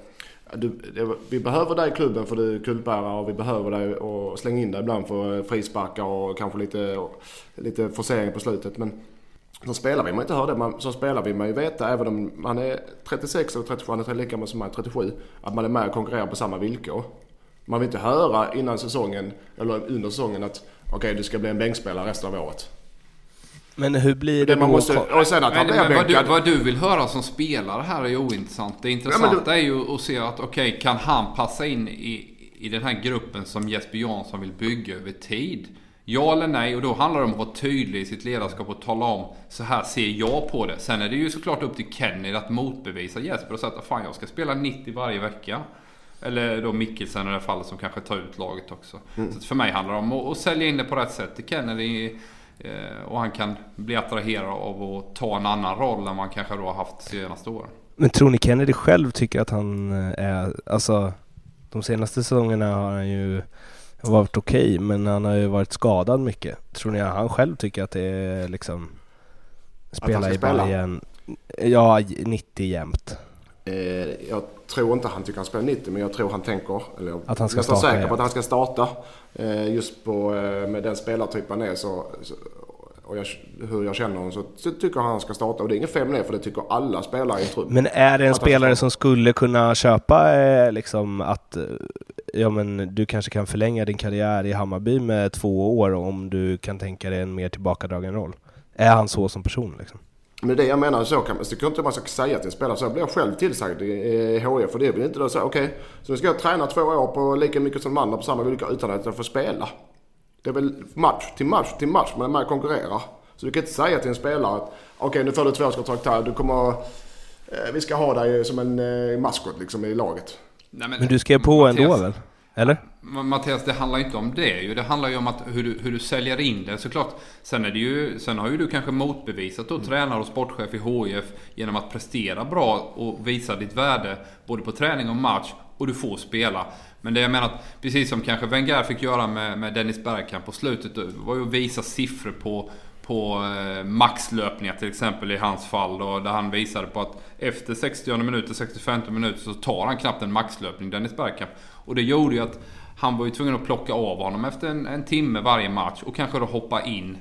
vi behöver dig i klubben för du är kultbärare, och vi behöver dig och slänga in dig ibland för frisparkar och kanske lite forcering på slutet. Men som spelare vill man inte höra det. Som spelare vill man ju veta, även om man är 36 eller 37, han är lika med som man är 37, att man är med och konkurrerar på samma villkor. Man vill inte höra innan säsongen eller under säsongen att okej, du ska bli en bänkspelare resten av året.
Men hur blir det?
Vad du vill höra som spelare här är ju ointressant. Det intressanta är ju att se att okej, kan han passa in i den här gruppen som Jesper Jansson vill bygga över tid? Ja eller nej? Och då handlar det om att vara tydlig i sitt ledarskap och tala om, så här ser jag på det. Sen är det ju såklart upp till Kennedy att motbevisa Jesper och säga att fan, jag ska spela 90 varje vecka. Eller då Mikkelsen i det fallet, som kanske tar ut laget också. Så för mig handlar det om att sälja in det på rätt sätt till Kennedy, och han kan bli attraherad av att ta en annan roll än man kanske då har haft senaste åren.
Men tror ni Kennedy själv tycker att han är, alltså de senaste säsongerna har han ju har varit okej, men han har ju varit skadad mycket. Tror ni att han själv tycker att det är liksom spela i Bayern? Ja, 90 jämt.
Jag tror inte han tycker han spelar 90, men jag tror han tänker, eller
att han ska
nästan
starta,
säker på att han ska starta. Just på, med den spelartypen är så och hur jag känner honom så tycker han ska starta. Och det är inget fel med det, för det tycker alla spelare i trupp.
Men är det en spelare som skulle kunna köpa liksom att men du kanske kan förlänga din karriär i Hammarby med 2 år om du kan tänka dig en mer tillbakadragen roll? Är han så som person liksom?
Men det jag menar så kan man inte man ska säga till en spelare, så jag blir själv tillsagd i HF, för det vill inte då säga okej, så nu ska jag träna 2 år på lika mycket som andra på samma villkor utan att jag får spela. Det är väl match till match man är med och konkurrerar. Så du kan inte säga till en spelare att okej, nu får du 2-årskontrakt här, du kommer, vi ska ha dig som en maskot liksom i laget.
Nej, men du ska på ändå väl? Eller?
Mattias, det handlar inte om det ju. Det handlar ju om att hur du säljer in det. Såklart, sen har ju du kanske motbevisat då tränare och sportchef i HIF genom att prestera bra och visa ditt värde både på träning och match, och du får spela. Men det jag menar att precis som kanske Wenger fick göra med Dennis Bergkamp på slutet, var ju att visa siffror på maxlöpningar till exempel i hans fall då, där han visade på att efter 60 minuter, 65 minuter så tar han knappt en maxlöpning, Dennis Bergkamp. Och det gjorde ju att han var ju tvungen att plocka av honom efter en timme varje match och kanske då hoppa in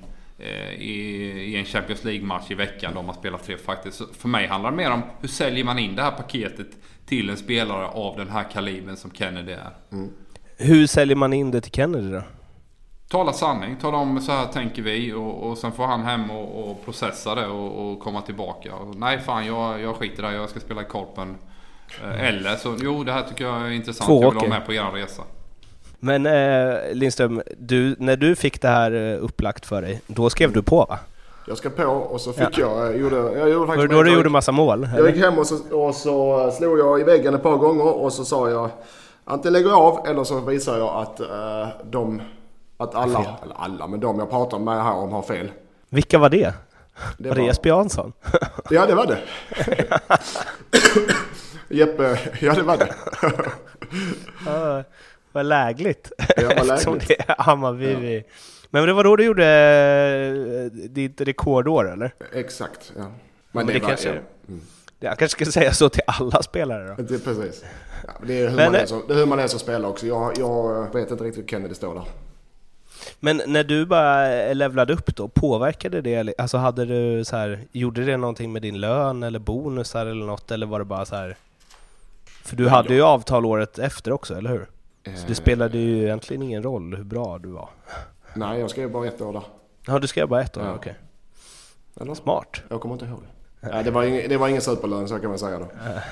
i en Champions League-match i veckan då man spelar 3 faktiskt. Så för mig handlar det mer om hur säljer man in det här paketet till en spelare av den här kalibern som Kennedy är.
Mm. Hur säljer man in det till Kennedy då?
Tala sanning, tala om så här tänker vi, och sen får han hem och processa det och komma tillbaka. Och, nej fan, jag skiter där, jag ska spela i Korpen. Eller så, jo det här tycker jag är intressant, jag vill vara med på er resa.
Men Lindström, när du fick det här upplagt för dig, då skrev du på va?
Jag skrev på och så fick jag gjorde faktiskt.
Då du gjorde massa mål?
Jag gick hem och så slog jag i väggen ett par gånger och så sa jag antingen lägger jag av eller så visar jag att alla, men de jag pratar med här om har fel.
Vilka var det? Var det Jesper Jansson?
Ja, det var det. Jeppe, ja det var det.
Vad lägligt.
Ja, vad lägligt.
Som det är Hammarby. Ja. Men det var då du gjorde ditt rekordår, eller?
Exakt, ja.
Men det kanske... Jag kanske ska säga så till alla spelare då.
Det är precis. Ja, det är hur man är som spelar också. Jag vet inte riktigt hur Kennedy står där.
Men när du bara levlade upp då, påverkade det? Alltså hade du så här, gjorde det någonting med din lön eller bonusar eller något? Eller var det bara så här... För du hade ju avtal året efter också, eller hur? Så det spelade ju egentligen ingen roll hur bra du var.
Nej, jag skrev bara 1 år där.
Ja, du skrev bara 1 år,
ja.
Okej.
Eller?
Smart.
Jag kommer inte ihåg det. Ja, det var ingen superlön, så kan man säga då.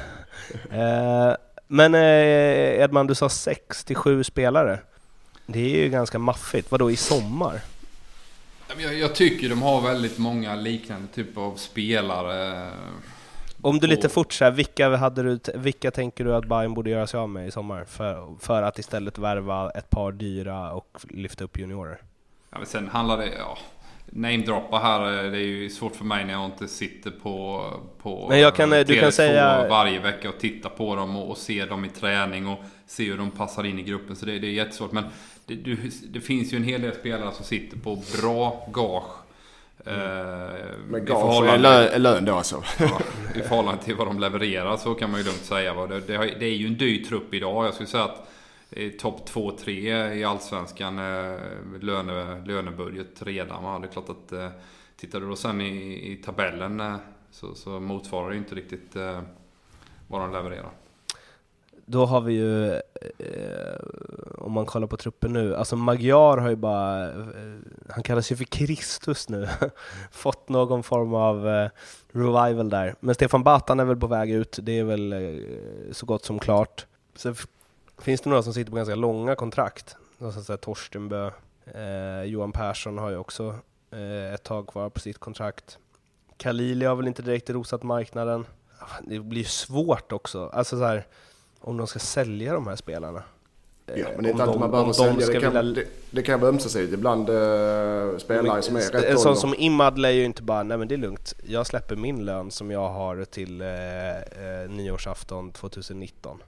Men Edman, du sa 6-7 spelare. Det är ju ganska maffigt. Vadå, i sommar?
Jag tycker de har väldigt många liknande typer av spelare.
Om du lite fortsätter, vilka tänker du att Bayern borde göra sig av med i sommar för att istället värva ett par dyra och lyfta upp juniorer?
Ja, men sen handlar det... Ja. Namedroppa här, det är ju svårt för mig när jag inte sitter på
men du kan säga
varje vecka och titta på dem och se dem i träning och se hur de passar in i gruppen, så det är jättesvårt. Men det finns ju en hel del spelare som sitter på bra gage.
Men gage är lön då alltså.
Ja, i förhållande till vad de levererar, så kan man ju lugnt säga. Det är ju en dyr trupp idag. Jag skulle säga att topp 2-3 i Allsvenskan lönebudget redan. Det är klart att tittar du då sen i tabellen så motsvarar det inte riktigt vad de levererar.
Då har vi ju, om man kollar på truppen nu, alltså Magyar har ju bara, han kallas ju för Kristus nu, fått någon form av revival där. Men Stefan Batan är väl på väg ut, det är väl så gott som klart. Så finns det några som sitter på ganska långa kontrakt. Torstenbö, Johan Persson har ju också ett tag kvar på sitt kontrakt. Khalili har väl inte direkt rosat marknaden. Det blir svårt också. Alltså så här, om de ska sälja de här spelarna.
Ja, men det är inte alltid man behöver sälja. Det kan vara ömsesidigt. Ibland spelare som är rätt ålder.
En sån som Imadle är ju inte bara, nej men det är lugnt. Jag släpper min lön som jag har till nyårsafton 2019.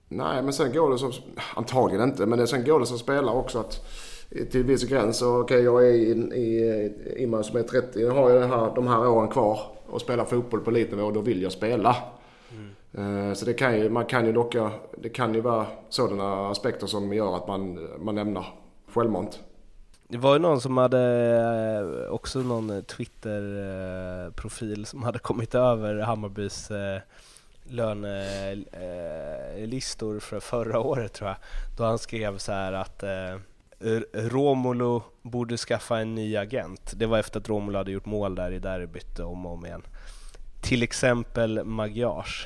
Nej, men sen går det som, antagligen inte, men sen går det som spelare också att till viss gräns. Okej, jag är i man som är 30, jag har ju de här åren kvar och spelar fotboll på elitnivå och då vill jag spela. Så det kan ju vara sådana aspekter som gör att man lämnar självmant.
Det var ju någon som hade också någon Twitter-profil som hade kommit över Hammarbys lönelistor för förra året, tror jag. Då han skrev så här att Romulo borde skaffa en ny agent. Det var efter att Romulo hade gjort mål där i derbyt om och om igen. Till exempel Magyars.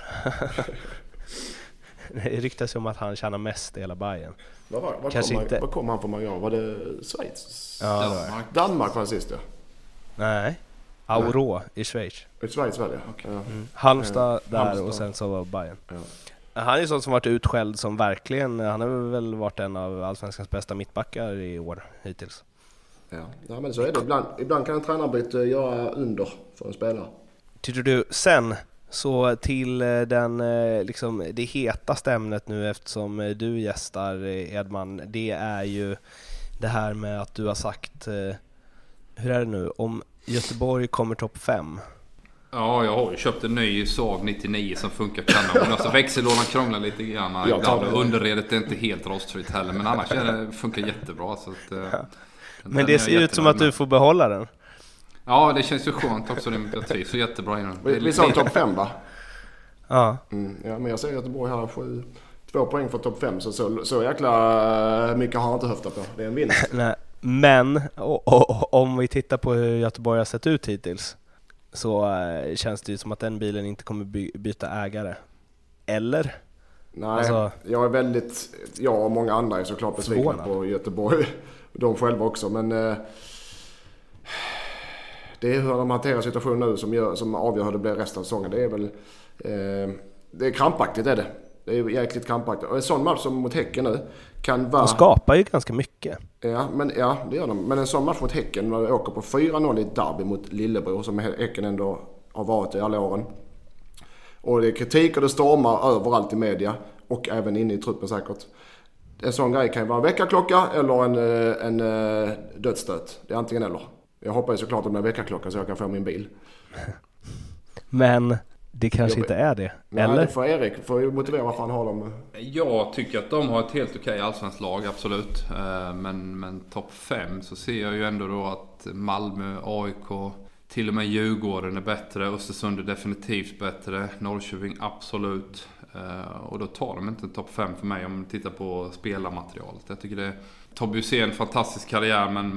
Det ryktas ju om att han tjänar mest i hela Bayern.
Vad kom han på Magyar? Var det Schweiz?
Ja,
Danmark var det sist, ja.
Nej, Auro i Schweiz.
I Schweiz väl, ja. Okay.
Halmstad där och sen så var Bayern. Ja. Han är ju sån som varit utskälld som verkligen, han har väl varit en av allsvenskans bästa mittbackar i år hittills.
Ja, men så är det. Ibland kan en tränarbyte göra under för en spelare.
Tycker du sen så till liksom det hetaste ämnet nu, eftersom du gästar, Edman, det är ju det här med att du har sagt, hur är det nu, om Göteborg kommer topp 5?
Ja, jag har ju köpt en ny Saab 99 som funkar kanon. Alltså växellådan krånglar lite grann. Underredet är inte helt rostfritt heller, men annars funkar jättebra. Så att,
men det ser ut som att du får behålla den.
Ja, det känns ju skönt också. Jag trivs så jättebra innan.
Vi sa topp 5, va?
Ja.
Ja, men jag säger att Göteborg har 2 poäng för topp 5. Så jäkla mycket har han inte höftat på. Det är en vinst.
Nej, men om vi tittar på hur Göteborg har sett ut hittills, så känns det ju som att den bilen inte kommer byta ägare. Eller?
Nej, alltså, jag och många andra är såklart besvikna på Göteborg. De själva också, men det är hur de hanterar situationen nu som avgör hur det blir resten av säsongen. Det är väl det är krampaktigt, är det. Det är jäkligt krampaktigt. Och en sån match som mot Häcken nu kan vara...
De skapar ju ganska mycket.
Ja, det gör de. Men en sån match mot Häcken, när de åker på 4-0 i derby mot Lillebror, som Häcken ändå har varit i alla åren. Och det är kritik och det stormar överallt i media och även inne i truppen säkert. En sån grej kan ju vara en väckarklocka eller en dödsstöt. Det är antingen eller. Jag hoppas såklart om det är väckarklocka så jag kan få min bil. Men
det kanske inte är det.
Nej,
eller?
Det får Erik får motivera varför han har dem.
Jag tycker att de har ett helt okej allsvenskt lag, absolut. Men topp 5 så ser jag ju ändå då att Malmö, AIK, till och med Djurgården är bättre. Östersund är definitivt bättre. Norrköping absolut. Och då tar de inte topp 5 för mig om man tittar på spelarmaterialet. Jag tycker det Tobbe Hysén, en fantastisk karriär, men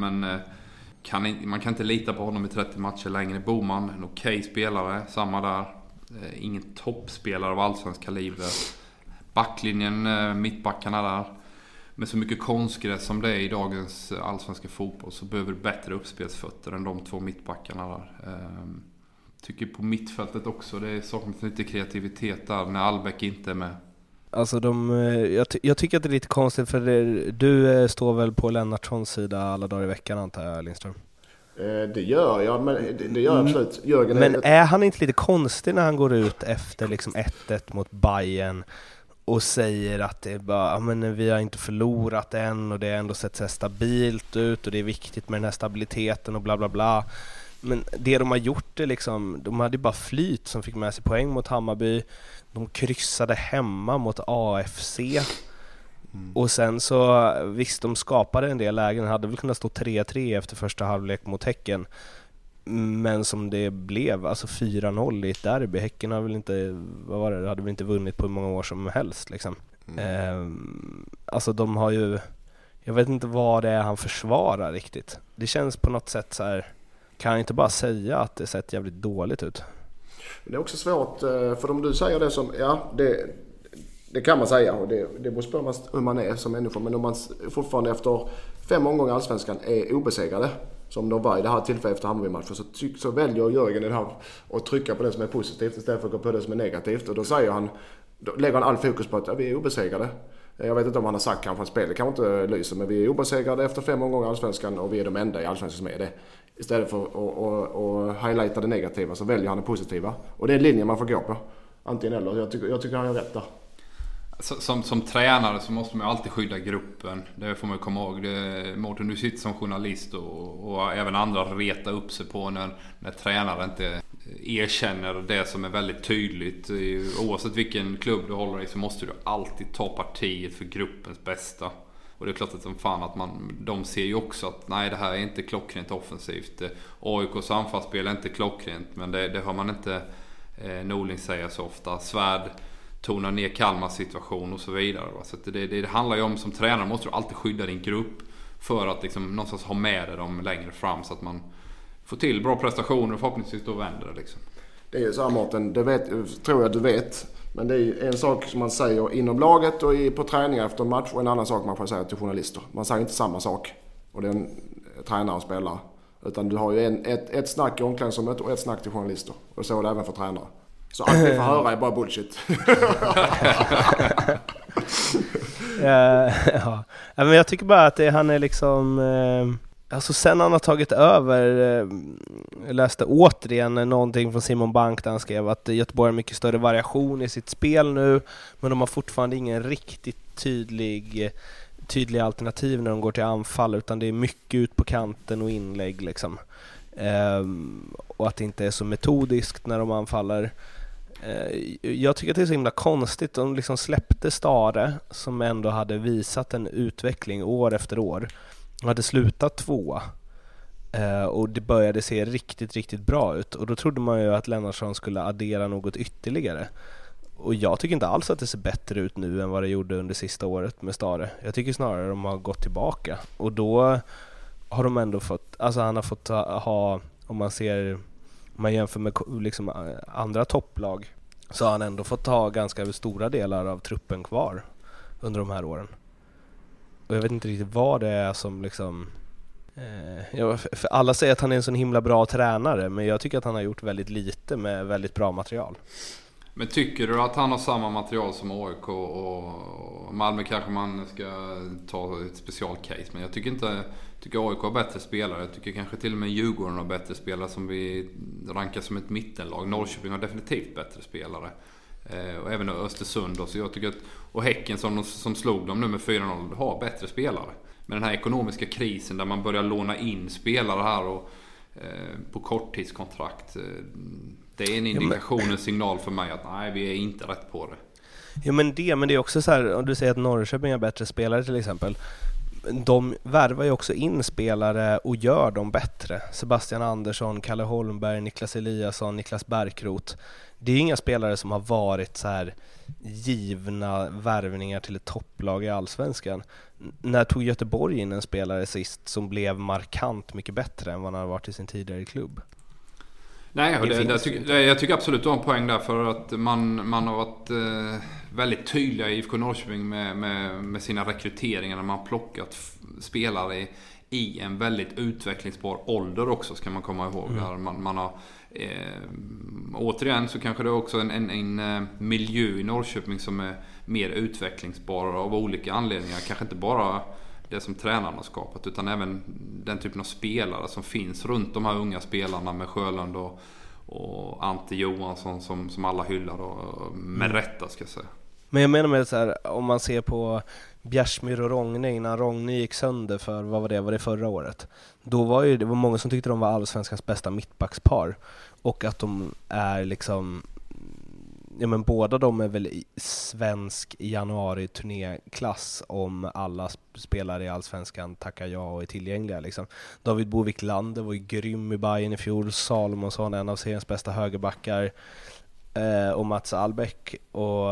man kan inte lita på honom i 30 matcher längre. Boman, en okej spelare, samma där. Ingen toppspelare av allsvensk kaliber. Backlinjen, mittbackarna där. Med så mycket konstgräs som det är i dagens allsvenska fotboll så behöver du bättre uppspelsfötter än de 2 mittbackarna där. Tycker på mittfältet också det saknas lite kreativitet där när Albeck inte är med.
Alltså jag tycker att det är lite konstigt, för du står väl på Lennartssons sida alla dagar i veckan, antar jag, Lindström?
Det gör jag, men det gör absolut. Jörgen,
men är han inte lite konstig när han går ut efter liksom 1-1 mot Bayern och säger att det är bara, men vi har inte förlorat än och det har ändå sett så stabilt ut och det är viktigt med den här stabiliteten och bla bla bla. Men det de har gjort är liksom, de hade bara flyt som fick med sig poäng mot Hammarby. De kryssade hemma mot AFC. Och sen så, visst, de skapade en del lägen. Hade väl kunnat stå 3-3 efter första halvlek mot Häcken. Men som det blev, alltså 4-0 i ett derby. Häcken har väl inte, hade väl inte vunnit på hur många år som helst liksom. Alltså de har ju, jag vet inte vad det är han försvarar riktigt. Det känns på något sätt så här, kan jag inte bara säga att det sett jävligt dåligt ut?
Det är också svårt, för om du säger det som, ja, det kan man säga, och det beror på hur man är som människa. Men om man fortfarande efter 5 omgångar allsvenskan är obesegrade, som de var i det här tillfället efter Hammarby-matchen, så väljer Jörgen det här att trycka på det som är positivt istället för att gå på det som är negativt. Och då lägger han all fokus på att vi är obesegrade. Jag vet inte om han har sagt kanske att spelet kan inte lysa, men vi är obesegrade efter 5 omgångar allsvenskan och vi är de enda i allsvenskan som är det. Istället för att highlighta det negativa så väljer han det positiva. Och det är en linje man får gå på. Antingen eller. Jag tycker han gör rätt där.
Som tränare så måste man ju alltid skydda gruppen. Det får man komma ihåg. Mårten, du sitter som journalist och även andra retar upp sig på när tränare inte erkänner det som är väldigt tydligt. Oavsett vilken klubb du håller i så måste du alltid ta partiet för gruppens bästa. Och det är klart att de ser ju också att nej, det här är inte klockrent offensivt. AIKs anfallsspel är inte klockrent, men det har man inte Norling säga så ofta. Svärd tonar ner Kalmars situation och så vidare. Så det handlar ju om, som tränare måste du alltid skydda din grupp för att liksom någonstans ha med dig dem längre fram så att man får till bra prestationer och förhoppningsvis då vänder det liksom.
Det är ju så här, Mårten, tror jag du vet. Men det är ju en sak som man säger inom laget och på träningar efter en match och en annan sak man får säga till journalister. Man säger inte samma sak. Och det är en tränare och spelare. Utan du har ju ett snack i omklädningsrummet och ett snack till journalister. Och så är det även för tränare. Så allt vi får höra är bara bullshit.
Ja. Men jag tycker bara att han är liksom... Alltså sen han har tagit över, jag läste återigen någonting från Simon Bank där han skrev att Göteborg har mycket större variation i sitt spel nu, men de har fortfarande ingen riktigt tydliga alternativ när de går till anfall, utan det är mycket ut på kanten och inlägg liksom. Och att det inte är så metodiskt när de anfaller. Jag tycker att det är så himla konstigt. De liksom släppte Stare som ändå hade visat en utveckling år efter år och hade slutat 2 och det började se riktigt, riktigt bra ut. Och då trodde man ju att Lennartsson skulle addera något ytterligare. Och jag tycker inte alls att det ser bättre ut nu än vad det gjorde under sista året med Stare. Jag tycker snarare att de har gått tillbaka. Och då har de ändå fått... Alltså han har fått ha... Om man jämför med liksom andra topplag, så har han ändå fått ta ganska stora delar av truppen kvar under de här åren. Och jag vet inte riktigt vad det är som liksom... för alla säger att han är en sån himla bra tränare, men jag tycker att han har gjort väldigt lite med väldigt bra material. Men
tycker du att han har samma material som AIK och Malmö? Kanske man ska ta ett specialcase, men jag tycker AIK har bättre spelare. Jag tycker kanske till och med Djurgården har bättre spelare som vi rankar som ett mittenlag. Norrköping har definitivt bättre spelare. Och även Östersund. Så jag tycker att, och Häcken som slog dem nu med 4-0 har bättre spelare. Men den här ekonomiska krisen där man börjar låna in spelare här och på korttidskontrakt, det är en indikation, en signal för mig att nej, vi är inte rätt på det.
Ja, men det är också så här, om du säger att Norrköping har bättre spelare till exempel, de värvar ju också in spelare och gör dem bättre. Sebastian Andersson, Kalle Holmberg, Niklas Eliasson, Niklas Bärkroth. Det är inga spelare som har varit så här givna värvningar till ett topplag i Allsvenskan. När tog Göteborg in en spelare sist som blev markant mycket bättre än vad han har varit i sin tidigare klubb?
Nej, jag tycker absolut du har en poäng där, för att man har varit väldigt tydliga i IFK Norrköping med sina rekryteringar när man plockat spelare i en väldigt utvecklingsbar ålder också, ska man komma ihåg. Där man har återigen så kanske det är också en miljö i Norrköping som är mer utvecklingsbar av olika anledningar. Kanske inte bara det som tränarna har skapat, utan även den typen av spelare som finns runt de här unga spelarna med Sjölund och Ante Johansson som alla hyllar och med rätta, ska jag säga.
Men jag menar med så här, om man ser på Bjärsmyr och Rogne innan Rogne gick sönder för, var det förra året? Då var det var många som tyckte de var Allsvenskans bästa mittbackspar, och att de är liksom, ja men båda de är väl svensk januari-turnéklass om alla spelare i Allsvenskan tackar ja och är tillgängliga liksom. David Boviklander var ju grym i Bayern i fjol, Salomonsson en av seriens bästa högerbackar, och Mats Albeck och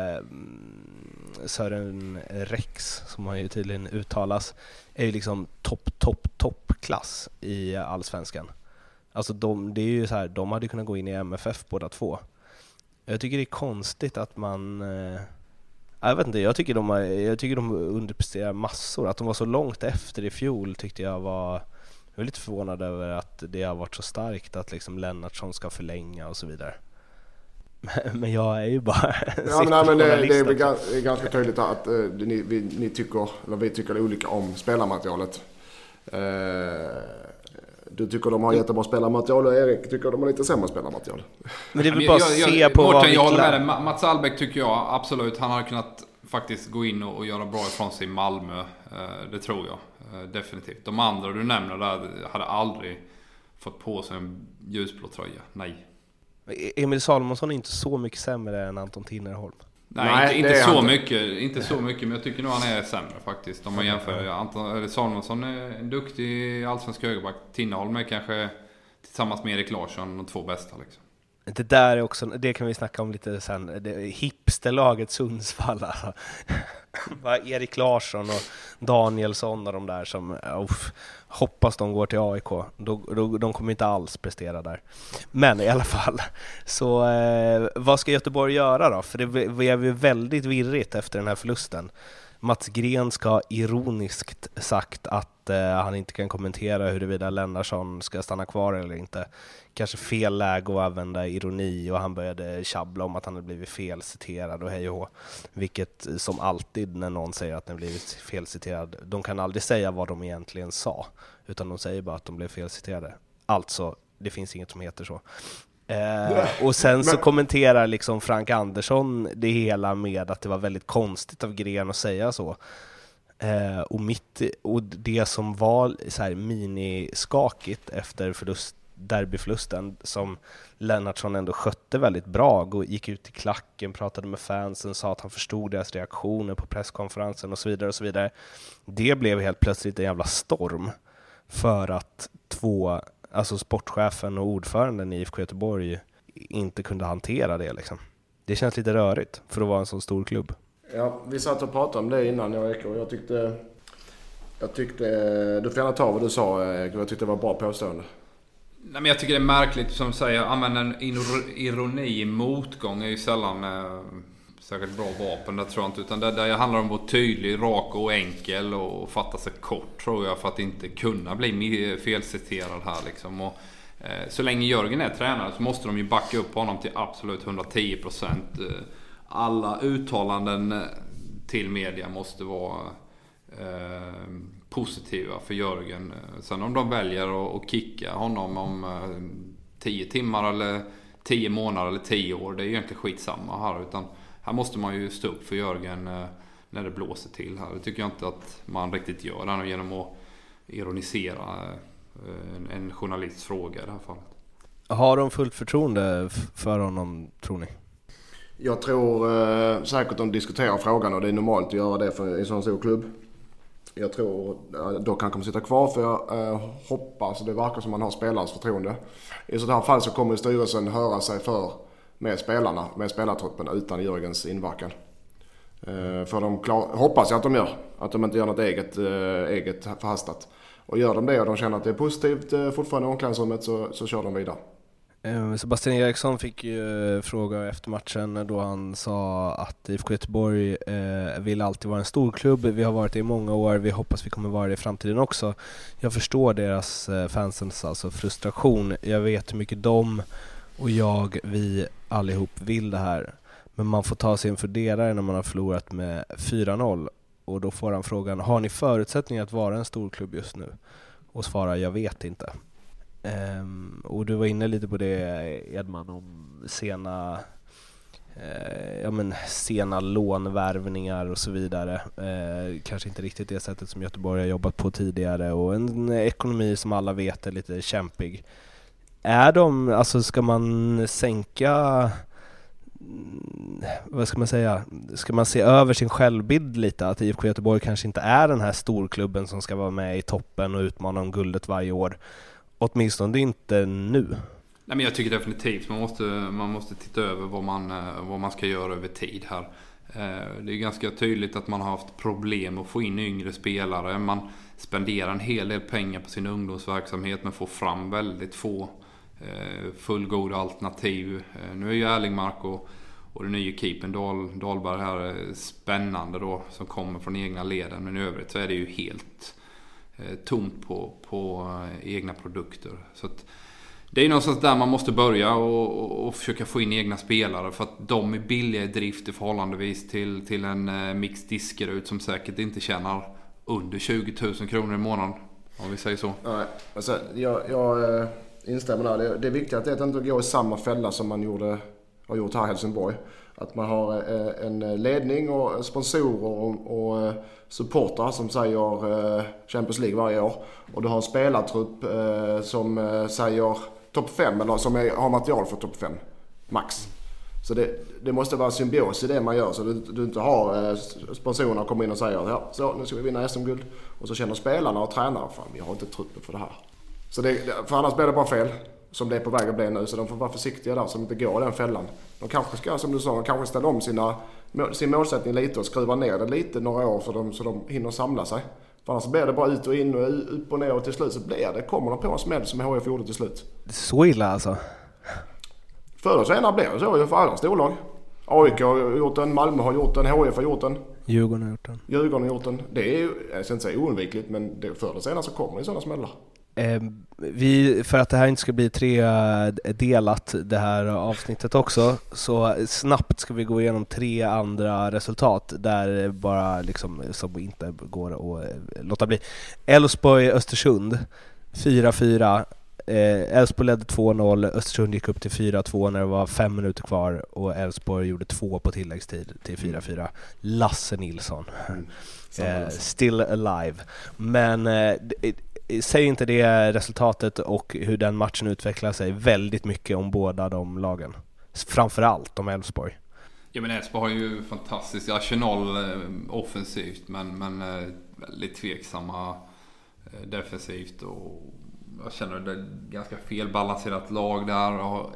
Sören Rex, som han ju tydligen uttalas, är ju liksom toppklass i Allsvenskan. Alltså det är ju så här, de hade kunnat gå in i MFF båda två. Jag tycker det är konstigt att man... jag vet inte, jag tycker de underpresterar massor. Att de var så långt efter i fjol tyckte jag var... Jag är lite förvånad över att det har varit så starkt att liksom Lennartsson ska förlänga och så vidare. Men jag är ju bara...
men det är ganska tydligt att ni tycker, eller vi tycker olika om spelarmaterialet. Du tycker de har jättebra spelarmaterial och Erik tycker de har lite sämre spelarmaterial.
Men det är väl bara att se på
Mårten, jag håller med dig. Mats Albeck tycker jag absolut, han har kunnat faktiskt gå in och göra bra ifrån sig i Malmö. Det tror jag definitivt. De andra du nämner där hade aldrig fått på sig en ljusblå tröja. Nej.
Emil Salomonsson är inte så mycket sämre än Anton Tinnerholm.
Nej, inte så mycket, men jag tycker nog han är sämre faktiskt. Om man jämför. Salomonsson är en duktig allsvensk högerback. Tinnerholm är kanske tillsammans med Erik Larsson de 2 bästa liksom.
Det där är också, det kan vi snacka om lite sen, hipsterlaget Sundsvall alltså. Erik Larsson och Danielsson och de där som hoppas de går till AIK. De kommer inte alls prestera där. Men i alla fall, så vad ska Göteborg göra då? För det blev ju väldigt virrigt efter den här förlusten. Mats Gren ska ironiskt sagt att han inte kan kommentera huruvida Lennartsson ska stanna kvar eller inte. Kanske fel läge att använda ironi, och han började tjabbla om att han hade blivit felciterad och hej och hå. Vilket som alltid när någon säger att den blivit felciterad, de kan aldrig säga vad de egentligen sa, utan de säger bara att de blev felciterade. Alltså, det finns inget som heter så. Och sen så kommenterar liksom Frank Andersson det hela med att det var väldigt konstigt av Gren att säga så. Och det som var så här miniskakigt efter derbyförlusten, som Lennartsson ändå skötte väldigt bra, gick ut i klacken, pratade med fansen, sa att han förstod deras reaktioner på presskonferensen och så vidare och så vidare. Det blev helt plötsligt en jävla storm för att alltså sportchefen och ordföranden i IFK Göteborg inte kunde hantera det liksom. Det känns lite rörigt för att vara en sån stor klubb.
Ja, vi satt och pratade om det innan jag gick, och jag tyckte du får gärna ta vad du sa, jag tyckte det var bra påstående.
Nej, men jag tycker det är märkligt som säger, använda en ironi i motgång är ju sällan säkert bra vapen, det tror jag inte, utan det handlar om att vara tydlig, rak och enkel och fatta sig kort, tror jag, för att inte kunna bli felciterad här liksom. Och så länge Jörgen är tränare så måste de ju backa upp honom till absolut 110%. Alla uttalanden till media måste vara positiva för Jörgen. Sen om de väljer att kicka honom om 10 timmar eller 10 månader eller 10 år, det är ju egentligen skitsamma här, utan här måste man ju stå upp för Jörgen när det blåser till här. Det tycker jag inte att man riktigt gör här genom att ironisera en journalists fråga i det här fallet.
Har de fullt förtroende för honom, tror ni?
Jag tror säkert de diskuterar frågan, och det är normalt att göra det för en sån stor klubb. Jag tror då kan de sitta kvar, för jag hoppas, och det verkar som man har spelarens förtroende. I sådant här fall så kommer styrelsen höra sig för med spelarna, med spelartruppen utan Jörgens inverkan. För de hoppas jag att de gör. Att de inte gör något eget förhastat. Och gör de det och de känner att det är positivt fortfarande i omklädningsrummet, så kör de vidare.
Sebastian Eriksson fick ju fråga efter matchen då han sa att IFK Göteborg vill alltid vara en stor klubb. Vi har varit det i många år, vi hoppas vi kommer vara det i framtiden också. Jag förstår deras fansens alltså frustration. Jag vet hur mycket de och vi allihop vill det här. Men man får ta sig en funderare när man har förlorat med 4-0. Och då får han frågan, har ni förutsättningar att vara en stor klubb just nu? Och svarar, jag vet inte. Och du var inne lite på det, Edman, om sena lånvärvningar och så vidare. Kanske inte riktigt det sättet som Göteborg har jobbat på tidigare, och en ekonomi som alla vet är lite kämpig. Ska man sänka, vad ska man säga, ska man se över sin självbild lite, att IFK Göteborg kanske inte är den här storklubben som ska vara med i toppen och utmana om guldet varje år, åtminstone inte nu?
Nej, men jag tycker definitivt man måste titta över vad man ska göra över tid här. Det är ganska tydligt att man har haft problem att få in yngre spelare. Man spenderar en hel del pengar på sin ungdomsverksamhet men får fram väldigt få fullgoda alternativ. Nu är ju Erlingmark och den nya keepern Dahlberg här spännande då, som kommer från egna leden, men i övrigt så är det ju helt tomt på egna produkter. Så att det är någonstans där man måste börja och försöka få in egna spelare, för att de är billiga i drift i förhållandevis till en mix diskerut som säkert inte tjänar under 20 000 kronor i månaden, om vi säger så.
Nej, alltså, jag instämmer där. Det är viktigt att det inte går i samma fälla som man gjorde, har gjort här i Helsingborg. Att man har en ledning och sponsorer och supportrar som säger Champions League varje år. Och du har en spelartrupp som säger topp 5 eller som har material för topp 5 max. Så det måste vara symbios i det man gör, så du inte har sponsorerna kommer in och säger ja, så nu ska vi vinna SM-guld, och så känner spelarna och tränarna fan vi har inte truppen för det här. Så för annars blir det bara fel som det är på väg att bli nu, så de får vara försiktiga där så de inte går den fällan. De kanske ska, som du sa, de kanske ställa om sin målsättning lite och skruva ner det lite några år så de hinner samla sig. För annars blir det bara ut och in och upp och ner och till slut så kommer de på en smäll som HIF gjorde till slut.
Så illa alltså?
Förr och senare blir det så ju för alla storlag. AIK har gjort den, Malmö har gjort den, HIF har gjort den.
Djurgården har gjort den. Det är ju, jag ska inte säga oundvikligt, men förr och senare så kommer det sådana smällar. För att det här inte ska bli 3 delat det här avsnittet också, så snabbt ska vi gå igenom 3 andra resultat där bara liksom som inte går att låta bli. Elfsborg-Östersund 4-4. Elfsborg ledde 2-0, Östersund gick upp till 4-2 när det var 5 minuter kvar och Elfsborg gjorde 2 på tilläggstid till 4-4. Lasse Nilsson. Still alive. Men säger inte det resultatet och hur den matchen utvecklar sig väldigt mycket om båda de lagen? Framförallt om Elfsborg.
Ja, men Elfsborg har ju fantastiskt arsenal offensivt men väldigt tveksamma defensivt, och jag känner att det är ett ganska felbalanserat lag där.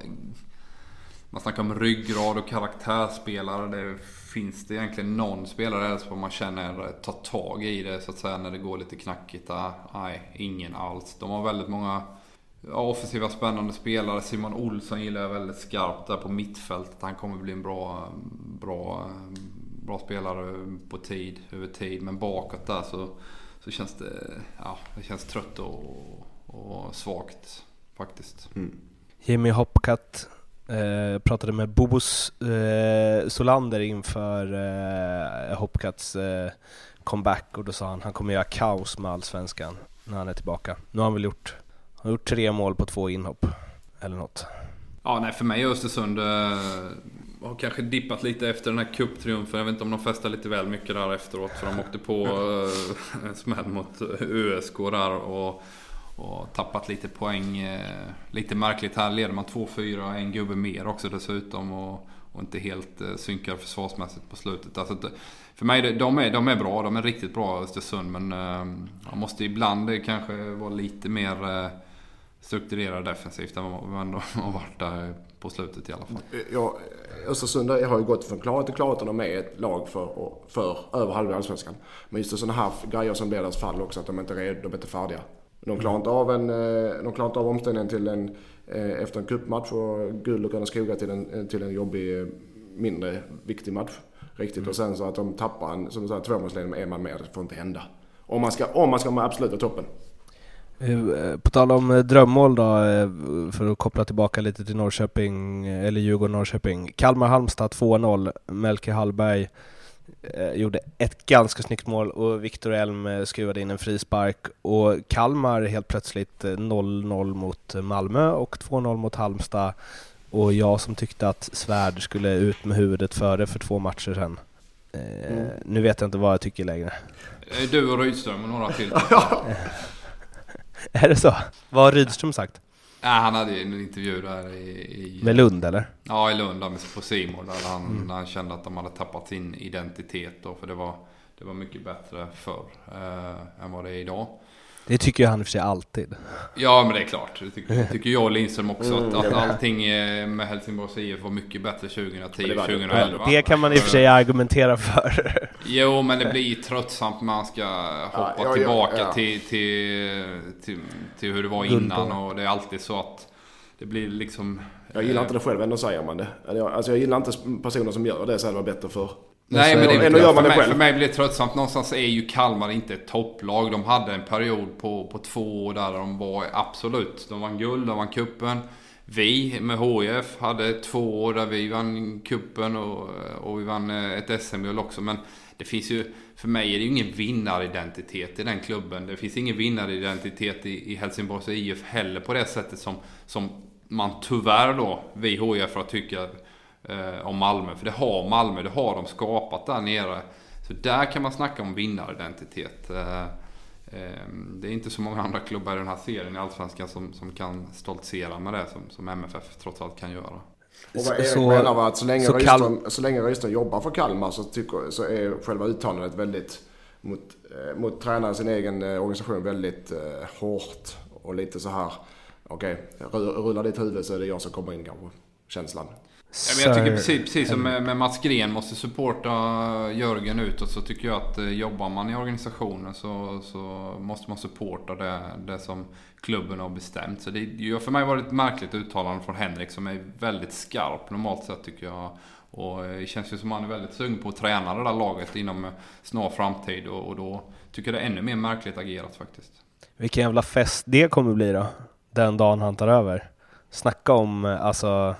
Man snackar om ryggrad och karaktärsspelare. Finns det egentligen någon spelare som man känner tar tag i det så att säga när det går lite knackigt? Nej, ingen alls. De har väldigt många offensiva spännande spelare. Simon Olsson gillar jag väldigt skarpt där på mittfältet. Han kommer bli en bra spelare över tid. Men bakåt där så känns det känns trött och svagt faktiskt.
Jimmy Hopcat pratade med Bobos Solander inför Hopcats comeback, och då sa han kommer göra kaos med Allsvenskan när han är tillbaka. Nu har han väl gjort 3 mål på 2 inhopp eller något.
Ja, nej, för mig är Östersund har kanske dippat lite efter den här cuptriumfen. Jag vet inte om de festade lite väl mycket där efteråt, för de åkte på en smäll mot ÖSK där och tappat lite poäng. Lite märkligt här, leder man 2-4, en gubbe mer också dessutom, och inte helt synkar försvarsmässigt på slutet. Alltså, för mig, de är bra, de är riktigt bra Östersund, men man måste ibland kanske vara lite mer strukturerad defensivt än vad de har varit där på slutet i alla fall.
Ja, Östersund har ju gått från klarhet till klarhet, och de är ett lag för över halva Allsvenskan. Men just sådana här grejer som blir deras fall också, att de inte är inte färdiga. De klarar inte av omställningen till efter en cupmatch och guld och gröna skogar till en jobbig, mindre viktig match. Riktigt. Och sen så att de tappar en 2-målsledning med en man med, det får inte hända. Om man ska med absoluta toppen.
På tal om drömmål då, för att koppla tillbaka lite till Norrköping, eller Djurgården-Norrköping. Kalmar-Halmstad 2-0. Melke Hallberg gjorde ett ganska snyggt mål och Viktor Elm skruvade in en frispark, och Kalmar helt plötsligt 0-0 mot Malmö och 2-0 mot Halmstad, och jag som tyckte att Svärd skulle ut med huvudet för 2 matcher sedan. Nu vet jag inte vad jag tycker längre.
Du och Rydström och några till.
Är det så? Vad har Rydström sagt?
Han hade en intervju där
med Lund, eller?
Ja, i Lund på Simon, där han kände att de hade tappat sin identitet då, för det var mycket bättre förr än vad det är idag. Det
tycker han för sig alltid.
Ja, men det är klart. Det tycker jag och Lindström också, att allting med Helsingborgs IF var mycket bättre 2010-2011.
Det kan man i och för sig argumentera för.
Jo, men det blir tröttsamt. Man ska hoppa tillbaka till hur det var innan, och det är alltid så att det blir liksom...
Jag gillar inte det själv, ändå säger man det. Alltså jag gillar inte personer som gör det, så det var bättre för.
Nej, men det för mig blir det tröttsamt. Någonstans är ju Kalmar inte ett topplag. De hade en period på 2 år där de var absolut. De vann guld, de vann kuppen. Vi med HIF hade 2 år där vi vann kuppen och vi vann ett SM-guld också. Men det finns ju, för mig är det ju ingen vinnaridentitet i den klubben. Det finns ingen vinnaridentitet i Helsingborgs IF heller på det sättet som man tyvärr då, vi HIF tycker om Malmö. För det har de skapat där nere. Så där kan man snacka om vinnaridentitet. Det är inte så många andra klubbar i den här serien i Allsvenskan som kan stoltsera med det som MFF trots allt kan göra.
Och vad Erik menar var att så länge Rydström jobbar för Kalmar så är själva uttalandet väldigt mot tränaren sin egen organisation väldigt hårt och lite så här rullar ditt huvud så är det jag som kommer in kanske, känslan.
Ja, men jag tycker precis som med Mats Gren måste supporta Jörgen utåt, så tycker jag att jobbar man i organisationen så måste man supporta det som klubben har bestämt. Så det har för mig varit ett märkligt uttalande från Henrik som är väldigt skarp normalt sett tycker jag. Och det känns ju som att han är väldigt sugen på att träna det där laget inom snar framtid och då tycker jag det är ännu mer märkligt agerat faktiskt.
Vilken jävla fest det kommer bli då, den dagen han tar över. Snacka om, alltså...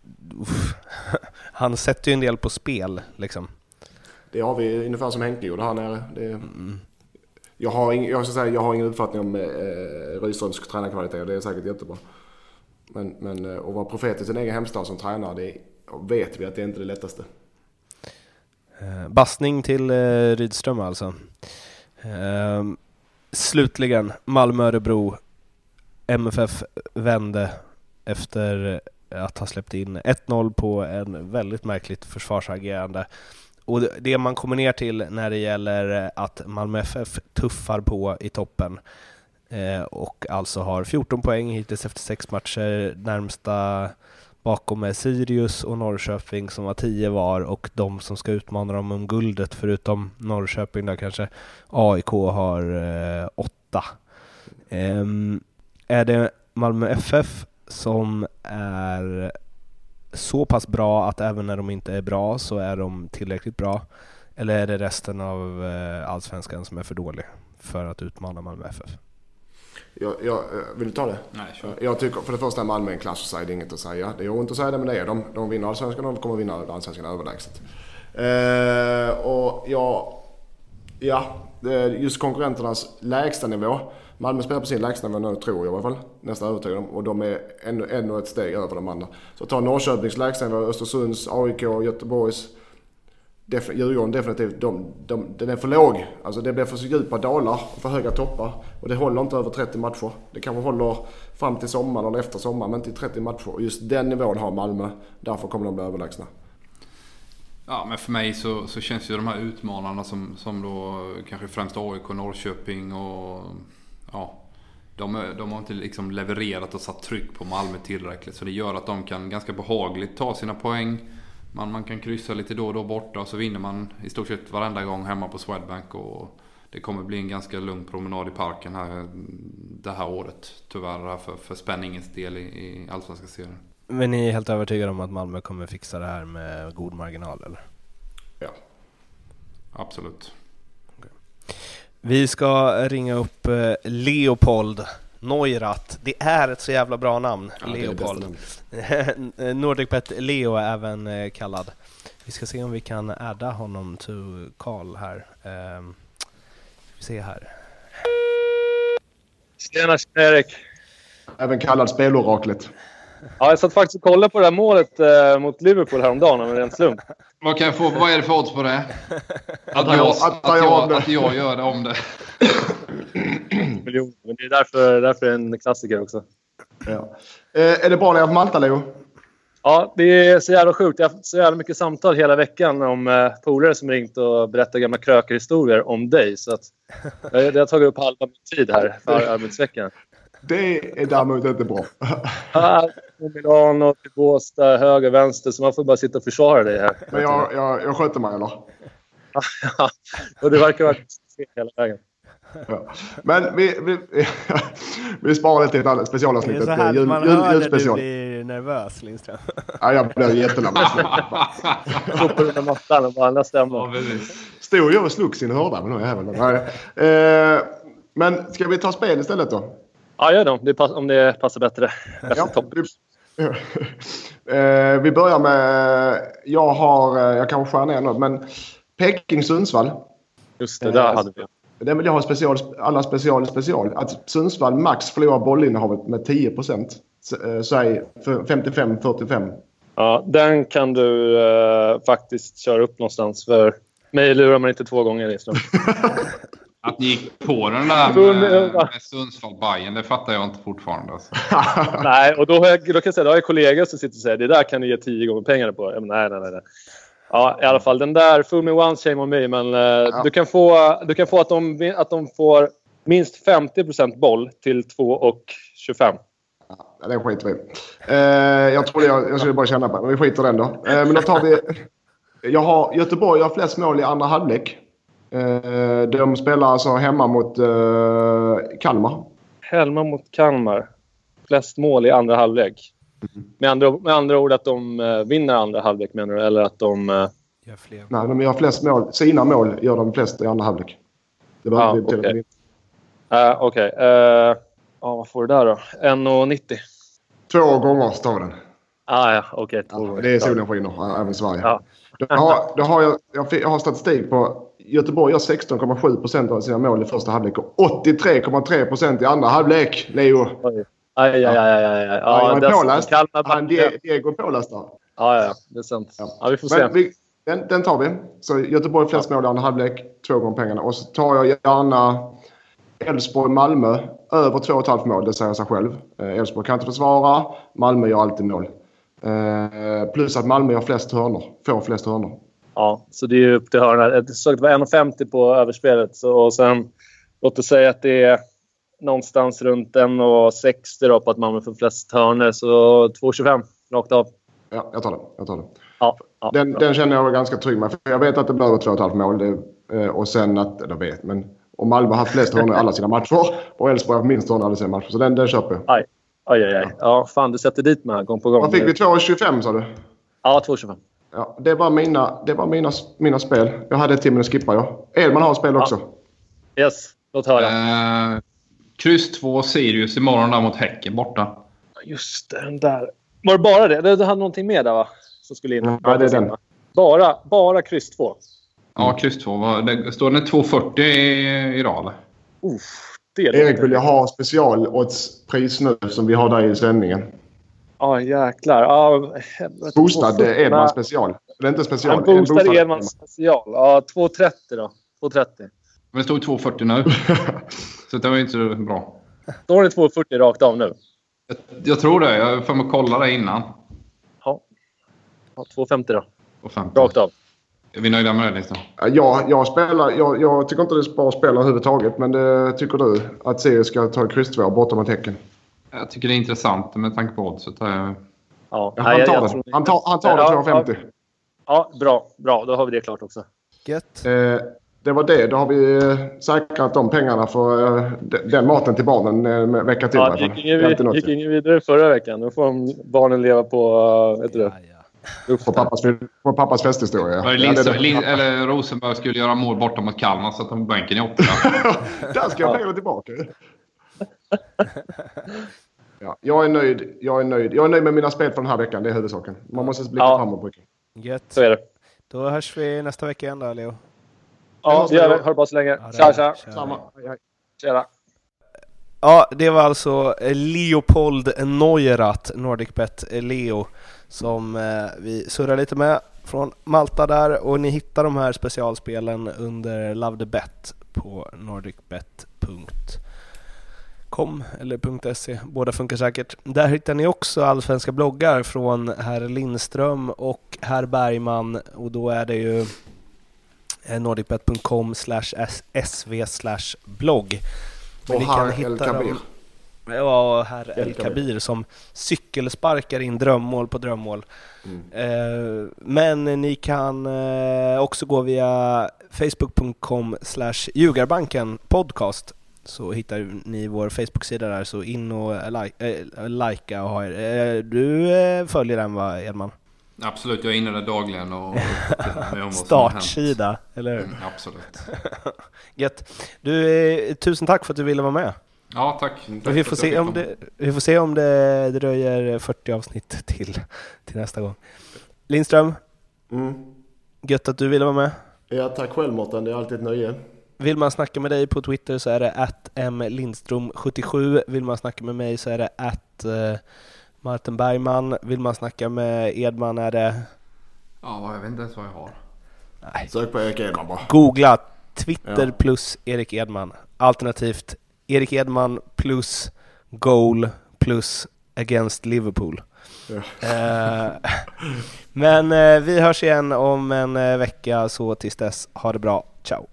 Han sätter ju en del på spel liksom.
Det har vi ungefär som Henke gjorde här nere. Jag har ingen uppfattning om Rydströms tränarkvalitet. Det är säkert jättebra. Men att vara profet i sin egen hemstad som tränare, det vet vi att det är inte det lättaste.
Bassning till Rydström alltså. Slutligen Malmö-Örebro. MFF vände efter att ha släppt in 1-0 på en väldigt märkligt försvarsagerande. Och det man kommer ner till när det gäller att Malmö FF tuffar på i toppen och alltså har 14 poäng hittills efter 6 matcher. Närmsta bakom är Sirius och Norrköping som har 10 var, och de som ska utmana dem om guldet förutom Norrköping där kanske AIK har 8. Är det Malmö FF som är så pass bra att även när de inte är bra så är de tillräckligt bra? Eller är det resten av Allsvenskan som är för dålig för att utmana Malmö FF?
Jag vill ta det?
Nej, sure.
Jag tycker för det första är Malmö en klass och säger det inget att säga. Det är ont att säga det, men det är de vinner Allsvenskan och de kommer vinna Allsvenskan överlägset. Och just konkurrenternas lägsta nivå. Malmö spelar på sin lägsta nivå nu, tror jag i alla fall. Nästan övertygad om. Och de är ännu ett steg över de andra. Så ta Norrköpings lägsta nivå, Östersunds, AIK, Göteborgs, Djurgården definitivt. Den är för låg. Alltså det blir för djupa dalar och för höga toppar. Och det håller inte över 30 matcher. Det kanske håller fram till sommaren eller efter sommaren, men till 30 matcher. Och just den nivån har Malmö. Därför kommer de bli överlägsna.
Ja, men för mig så känns ju de här utmanarna som då kanske främst AIK, Norrköping och ja, de har inte liksom levererat och satt tryck på Malmö tillräckligt, så det gör att de kan ganska behagligt ta sina poäng. Man kan kryssa lite då och då borta och så vinner man i stort sett varenda gång hemma på Swedbank, och det kommer bli en ganska lugn promenad i parken här det här året tyvärr för spänningens del i Allsvenska serien.
Men ni är helt övertygade om att Malmö kommer fixa det här med god marginal, eller?
Ja.
Absolut.
Okay. Vi ska ringa upp Leopold Neurath. Det är ett så jävla bra namn, ja, Leopold. NordicBet Leo är även kallad. Vi ska se om vi kan adda honom to call här. Vi ser här.
Tjena Erik.
Även kallad speloraklet.
Ja, jag satt faktiskt och kollade på det här målet mot Liverpool häromdagen med en slump.
Vad är det för odds på det? Att jag gör det om det.
Miljoner, men det är därför en klassiker också.
Ja. Är det bra när jag på Malta, Leo?
Ja, det är så jävla sjukt. Jag har haft så jävla mycket samtal hela veckan om polare som ringt och berättar gamla krökerhistorier om dig. Så att det har tagit upp halva min tid här för arbetsveckan.
Det är däremot inte bra.
Från Milano till Båstad, höger, vänster. Så man får bara sitta och försvara dig här.
Men jag sköter mig, eller?
Ja, och det verkar vara hela vägen.
Ja. Men vi sparar det till ett specialavsnitt.
Det är så här man hör när du blir nervös, Lindström.
Ja, jag blir jättenervös.
Jag går på den här mattan och bara andra stämmer.
Stod jag och slog sin hörda med någon jävel. Men ska vi ta spel istället då?
Ja, gör det om det passar bättre.
Ja, vi börjar med... Jag kanske skär ner något, men Peking Sundsvall.
Just det, där hade vi.
Det vill jag ha special. Att Sundsvall max förlorar bollinnehavet med 10%. Säg 55-45.
Ja, den kan du faktiskt köra upp någonstans. För mig lurar man inte 2 gånger, Lindström.
Att ni gick på den där med Sundsvall-Bayern, det fattar jag inte fortfarande. Alltså.
Nej, och då kan jag säga, då har jag kollegor som sitter och säger det där kan du ge 10 gånger pengar på. Nej. Ja, i alla fall den där, full me once, shame on me. Men du kan få att de får minst 50% boll till 2,25.
Ja, det skiter vi. Jag trodde jag skulle bara känna på det, men vi skiter den då. Men då tar vi... Göteborg har flest mål i andra halvlek. De spelar alltså hemma mot Kalmar.
Hemma mot Kalmar. Flest mål i andra halvlek. Med andra ord att de vinner andra halvlek, menar du? Eller att de...
Gör fler.
Nej, de gör flest mål. Sina mål gör de flest i andra halvlek. Det var
okej. Okej. Vad får du där då? 1,90.
2 gånger står den.
Okej. 2 gånger.
Det är solen skiner, även Sverige.
Ja.
Då har jag har statistik på Göteborg gör 16,7% av sina mål i första halvlek och 83,3% i andra halvlek, Leo.
Aj.
Jag är påläst. Han Diego påläst där.
Ja, det är sant. Ja, vi får se.
Den tar vi. Så Göteborg flest mål i andra halvlek, 2 gånger pengarna. Och så tar jag gärna Elfsborg-Malmö över 2,5 mål, det säger sig själv. Elfsborg kan inte försvara, Malmö gör alltid mål. Plus att Malmö gör får flest hörnor.
Ja, så det är ju upp till hörnorna. Jag såg att det var 1,50 på överspelet. Och sen, låt oss säga att det är någonstans runt 1,60 då på att Malmö får flest hörnor. Så 2,25 rakt av.
Ja, jag tar det.
Ja,
den känner jag ganska trygg med. För jag vet att det blir 2,5 mål. Och sen att, jag vet, men om Malmö har haft flest hörnor i alla sina matcher och Elfsborg har minst hörnor i alla sina matcher. Så den köper jag.
Aj. Ja, fan, du sätter dit med gång på gång.
Vad fick vi? 2,25 sa du?
Ja, 2,25.
Ja, det var mina spel. Jag hade ett timme att skippa, ja. Edman har spel också.
Yes, låt höra.
Kryss 2 Sirius imorgon där mot Häcken borta.
Just det, den där. Var det bara det? Du hade någonting med där, va? Som skulle in.
Ja, det är den.
Bara kryss 2.
Ja, kryss 2. Står den 2,40 i rad?
Erik vill jag ha specialodds-pris nu som vi har där i sändningen.
Ja, jäklar.
Boostad Edman special. Det är inte special.
Boostad Edman special. Ja, 2,30 då. 2,30.
Men det står 2,40 nu. Så det var inte så bra.
Står det 2,40 rakt av nu?
Jag tror det. Jag får kolla det innan.
Ja 2,50 då.
2,50.
Rakt av.
Är vi nöjda med det liksom?
Jag tycker inte det är bra spel överhuvudtaget. Men det tycker du att Sirius ska ta kryss 2 bortom ett Häcken?
Jag tycker det är intressant med tanke på oddset.
Han tar det 2,50.
Ja, bra. Då har vi det klart också.
Gött.
Det var det. Då har vi säkrat de pengarna för den maten till barnen en vecka till.
Ja, gick ingen vidare förra veckan. Då får barnen leva på... På
pappas festhistoria.
Eller Rosenberg skulle göra mål borta mot Kalmar så att de bänken i 8.
Där ska jag pengarna tillbaka. Ja, jag är nöjd. Jag är nöjd med mina spel för den här veckan. Det är huvudsaken. Man måste blicka framåt.
Gött.
Så är det.
Då hörs vi nästa vecka igen då, Leo.
Ja, det gör vi. Hör på så länge. Tja.
Samma.
Tjena.
Ja, det var alltså Leopold Neurath, NordicBet Leo, som vi surrar lite med från Malta där. Och ni hittar de här specialspelen under Love the Bet på nordicbet.com eller .se. Båda funkar säkert. Där hittar ni också allsvenska bloggar från herr Lindström och herr Bergman. Och då är det ju nordicbet.com/sv/blogg.
Och herr El Kabir.
Ja, herr El Kabir som cykelsparkar in drömmål på drömmål. Men ni kan också gå via facebook.com/Ljugarbanken podcast, så hittar ni vår Facebook-sida där, så in och likea och ha er. Du följer den, va, Edman?
Absolut, jag är inne där dagligen och
startsida, eller hur?
Absolut.
Gött. Du, tusen tack för att du ville vara med.
Ja, tack.
Vi får se om det dröjer 40 avsnitt till nästa gång. Lindström, gött att du ville vara med.
Ja, tack själv, Mårten. Det är alltid ett nöje.
Vill man snacka med dig på Twitter så är det @mlindstrom77. Vill man snacka med mig så är det Martin Bergman. Vill man snacka med Edman är det...
Ja, jag vet inte ens vad jag har.
Nej.
Sök på Erik Edman bara.
Googla Twitter plus Erik Edman. Alternativt Erik Edman plus goal plus against Liverpool.
Ja.
Men vi hörs igen om en vecka, så tills dess, ha det bra. Ciao.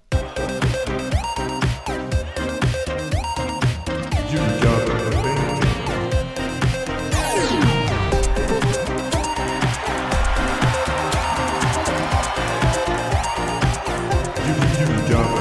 You got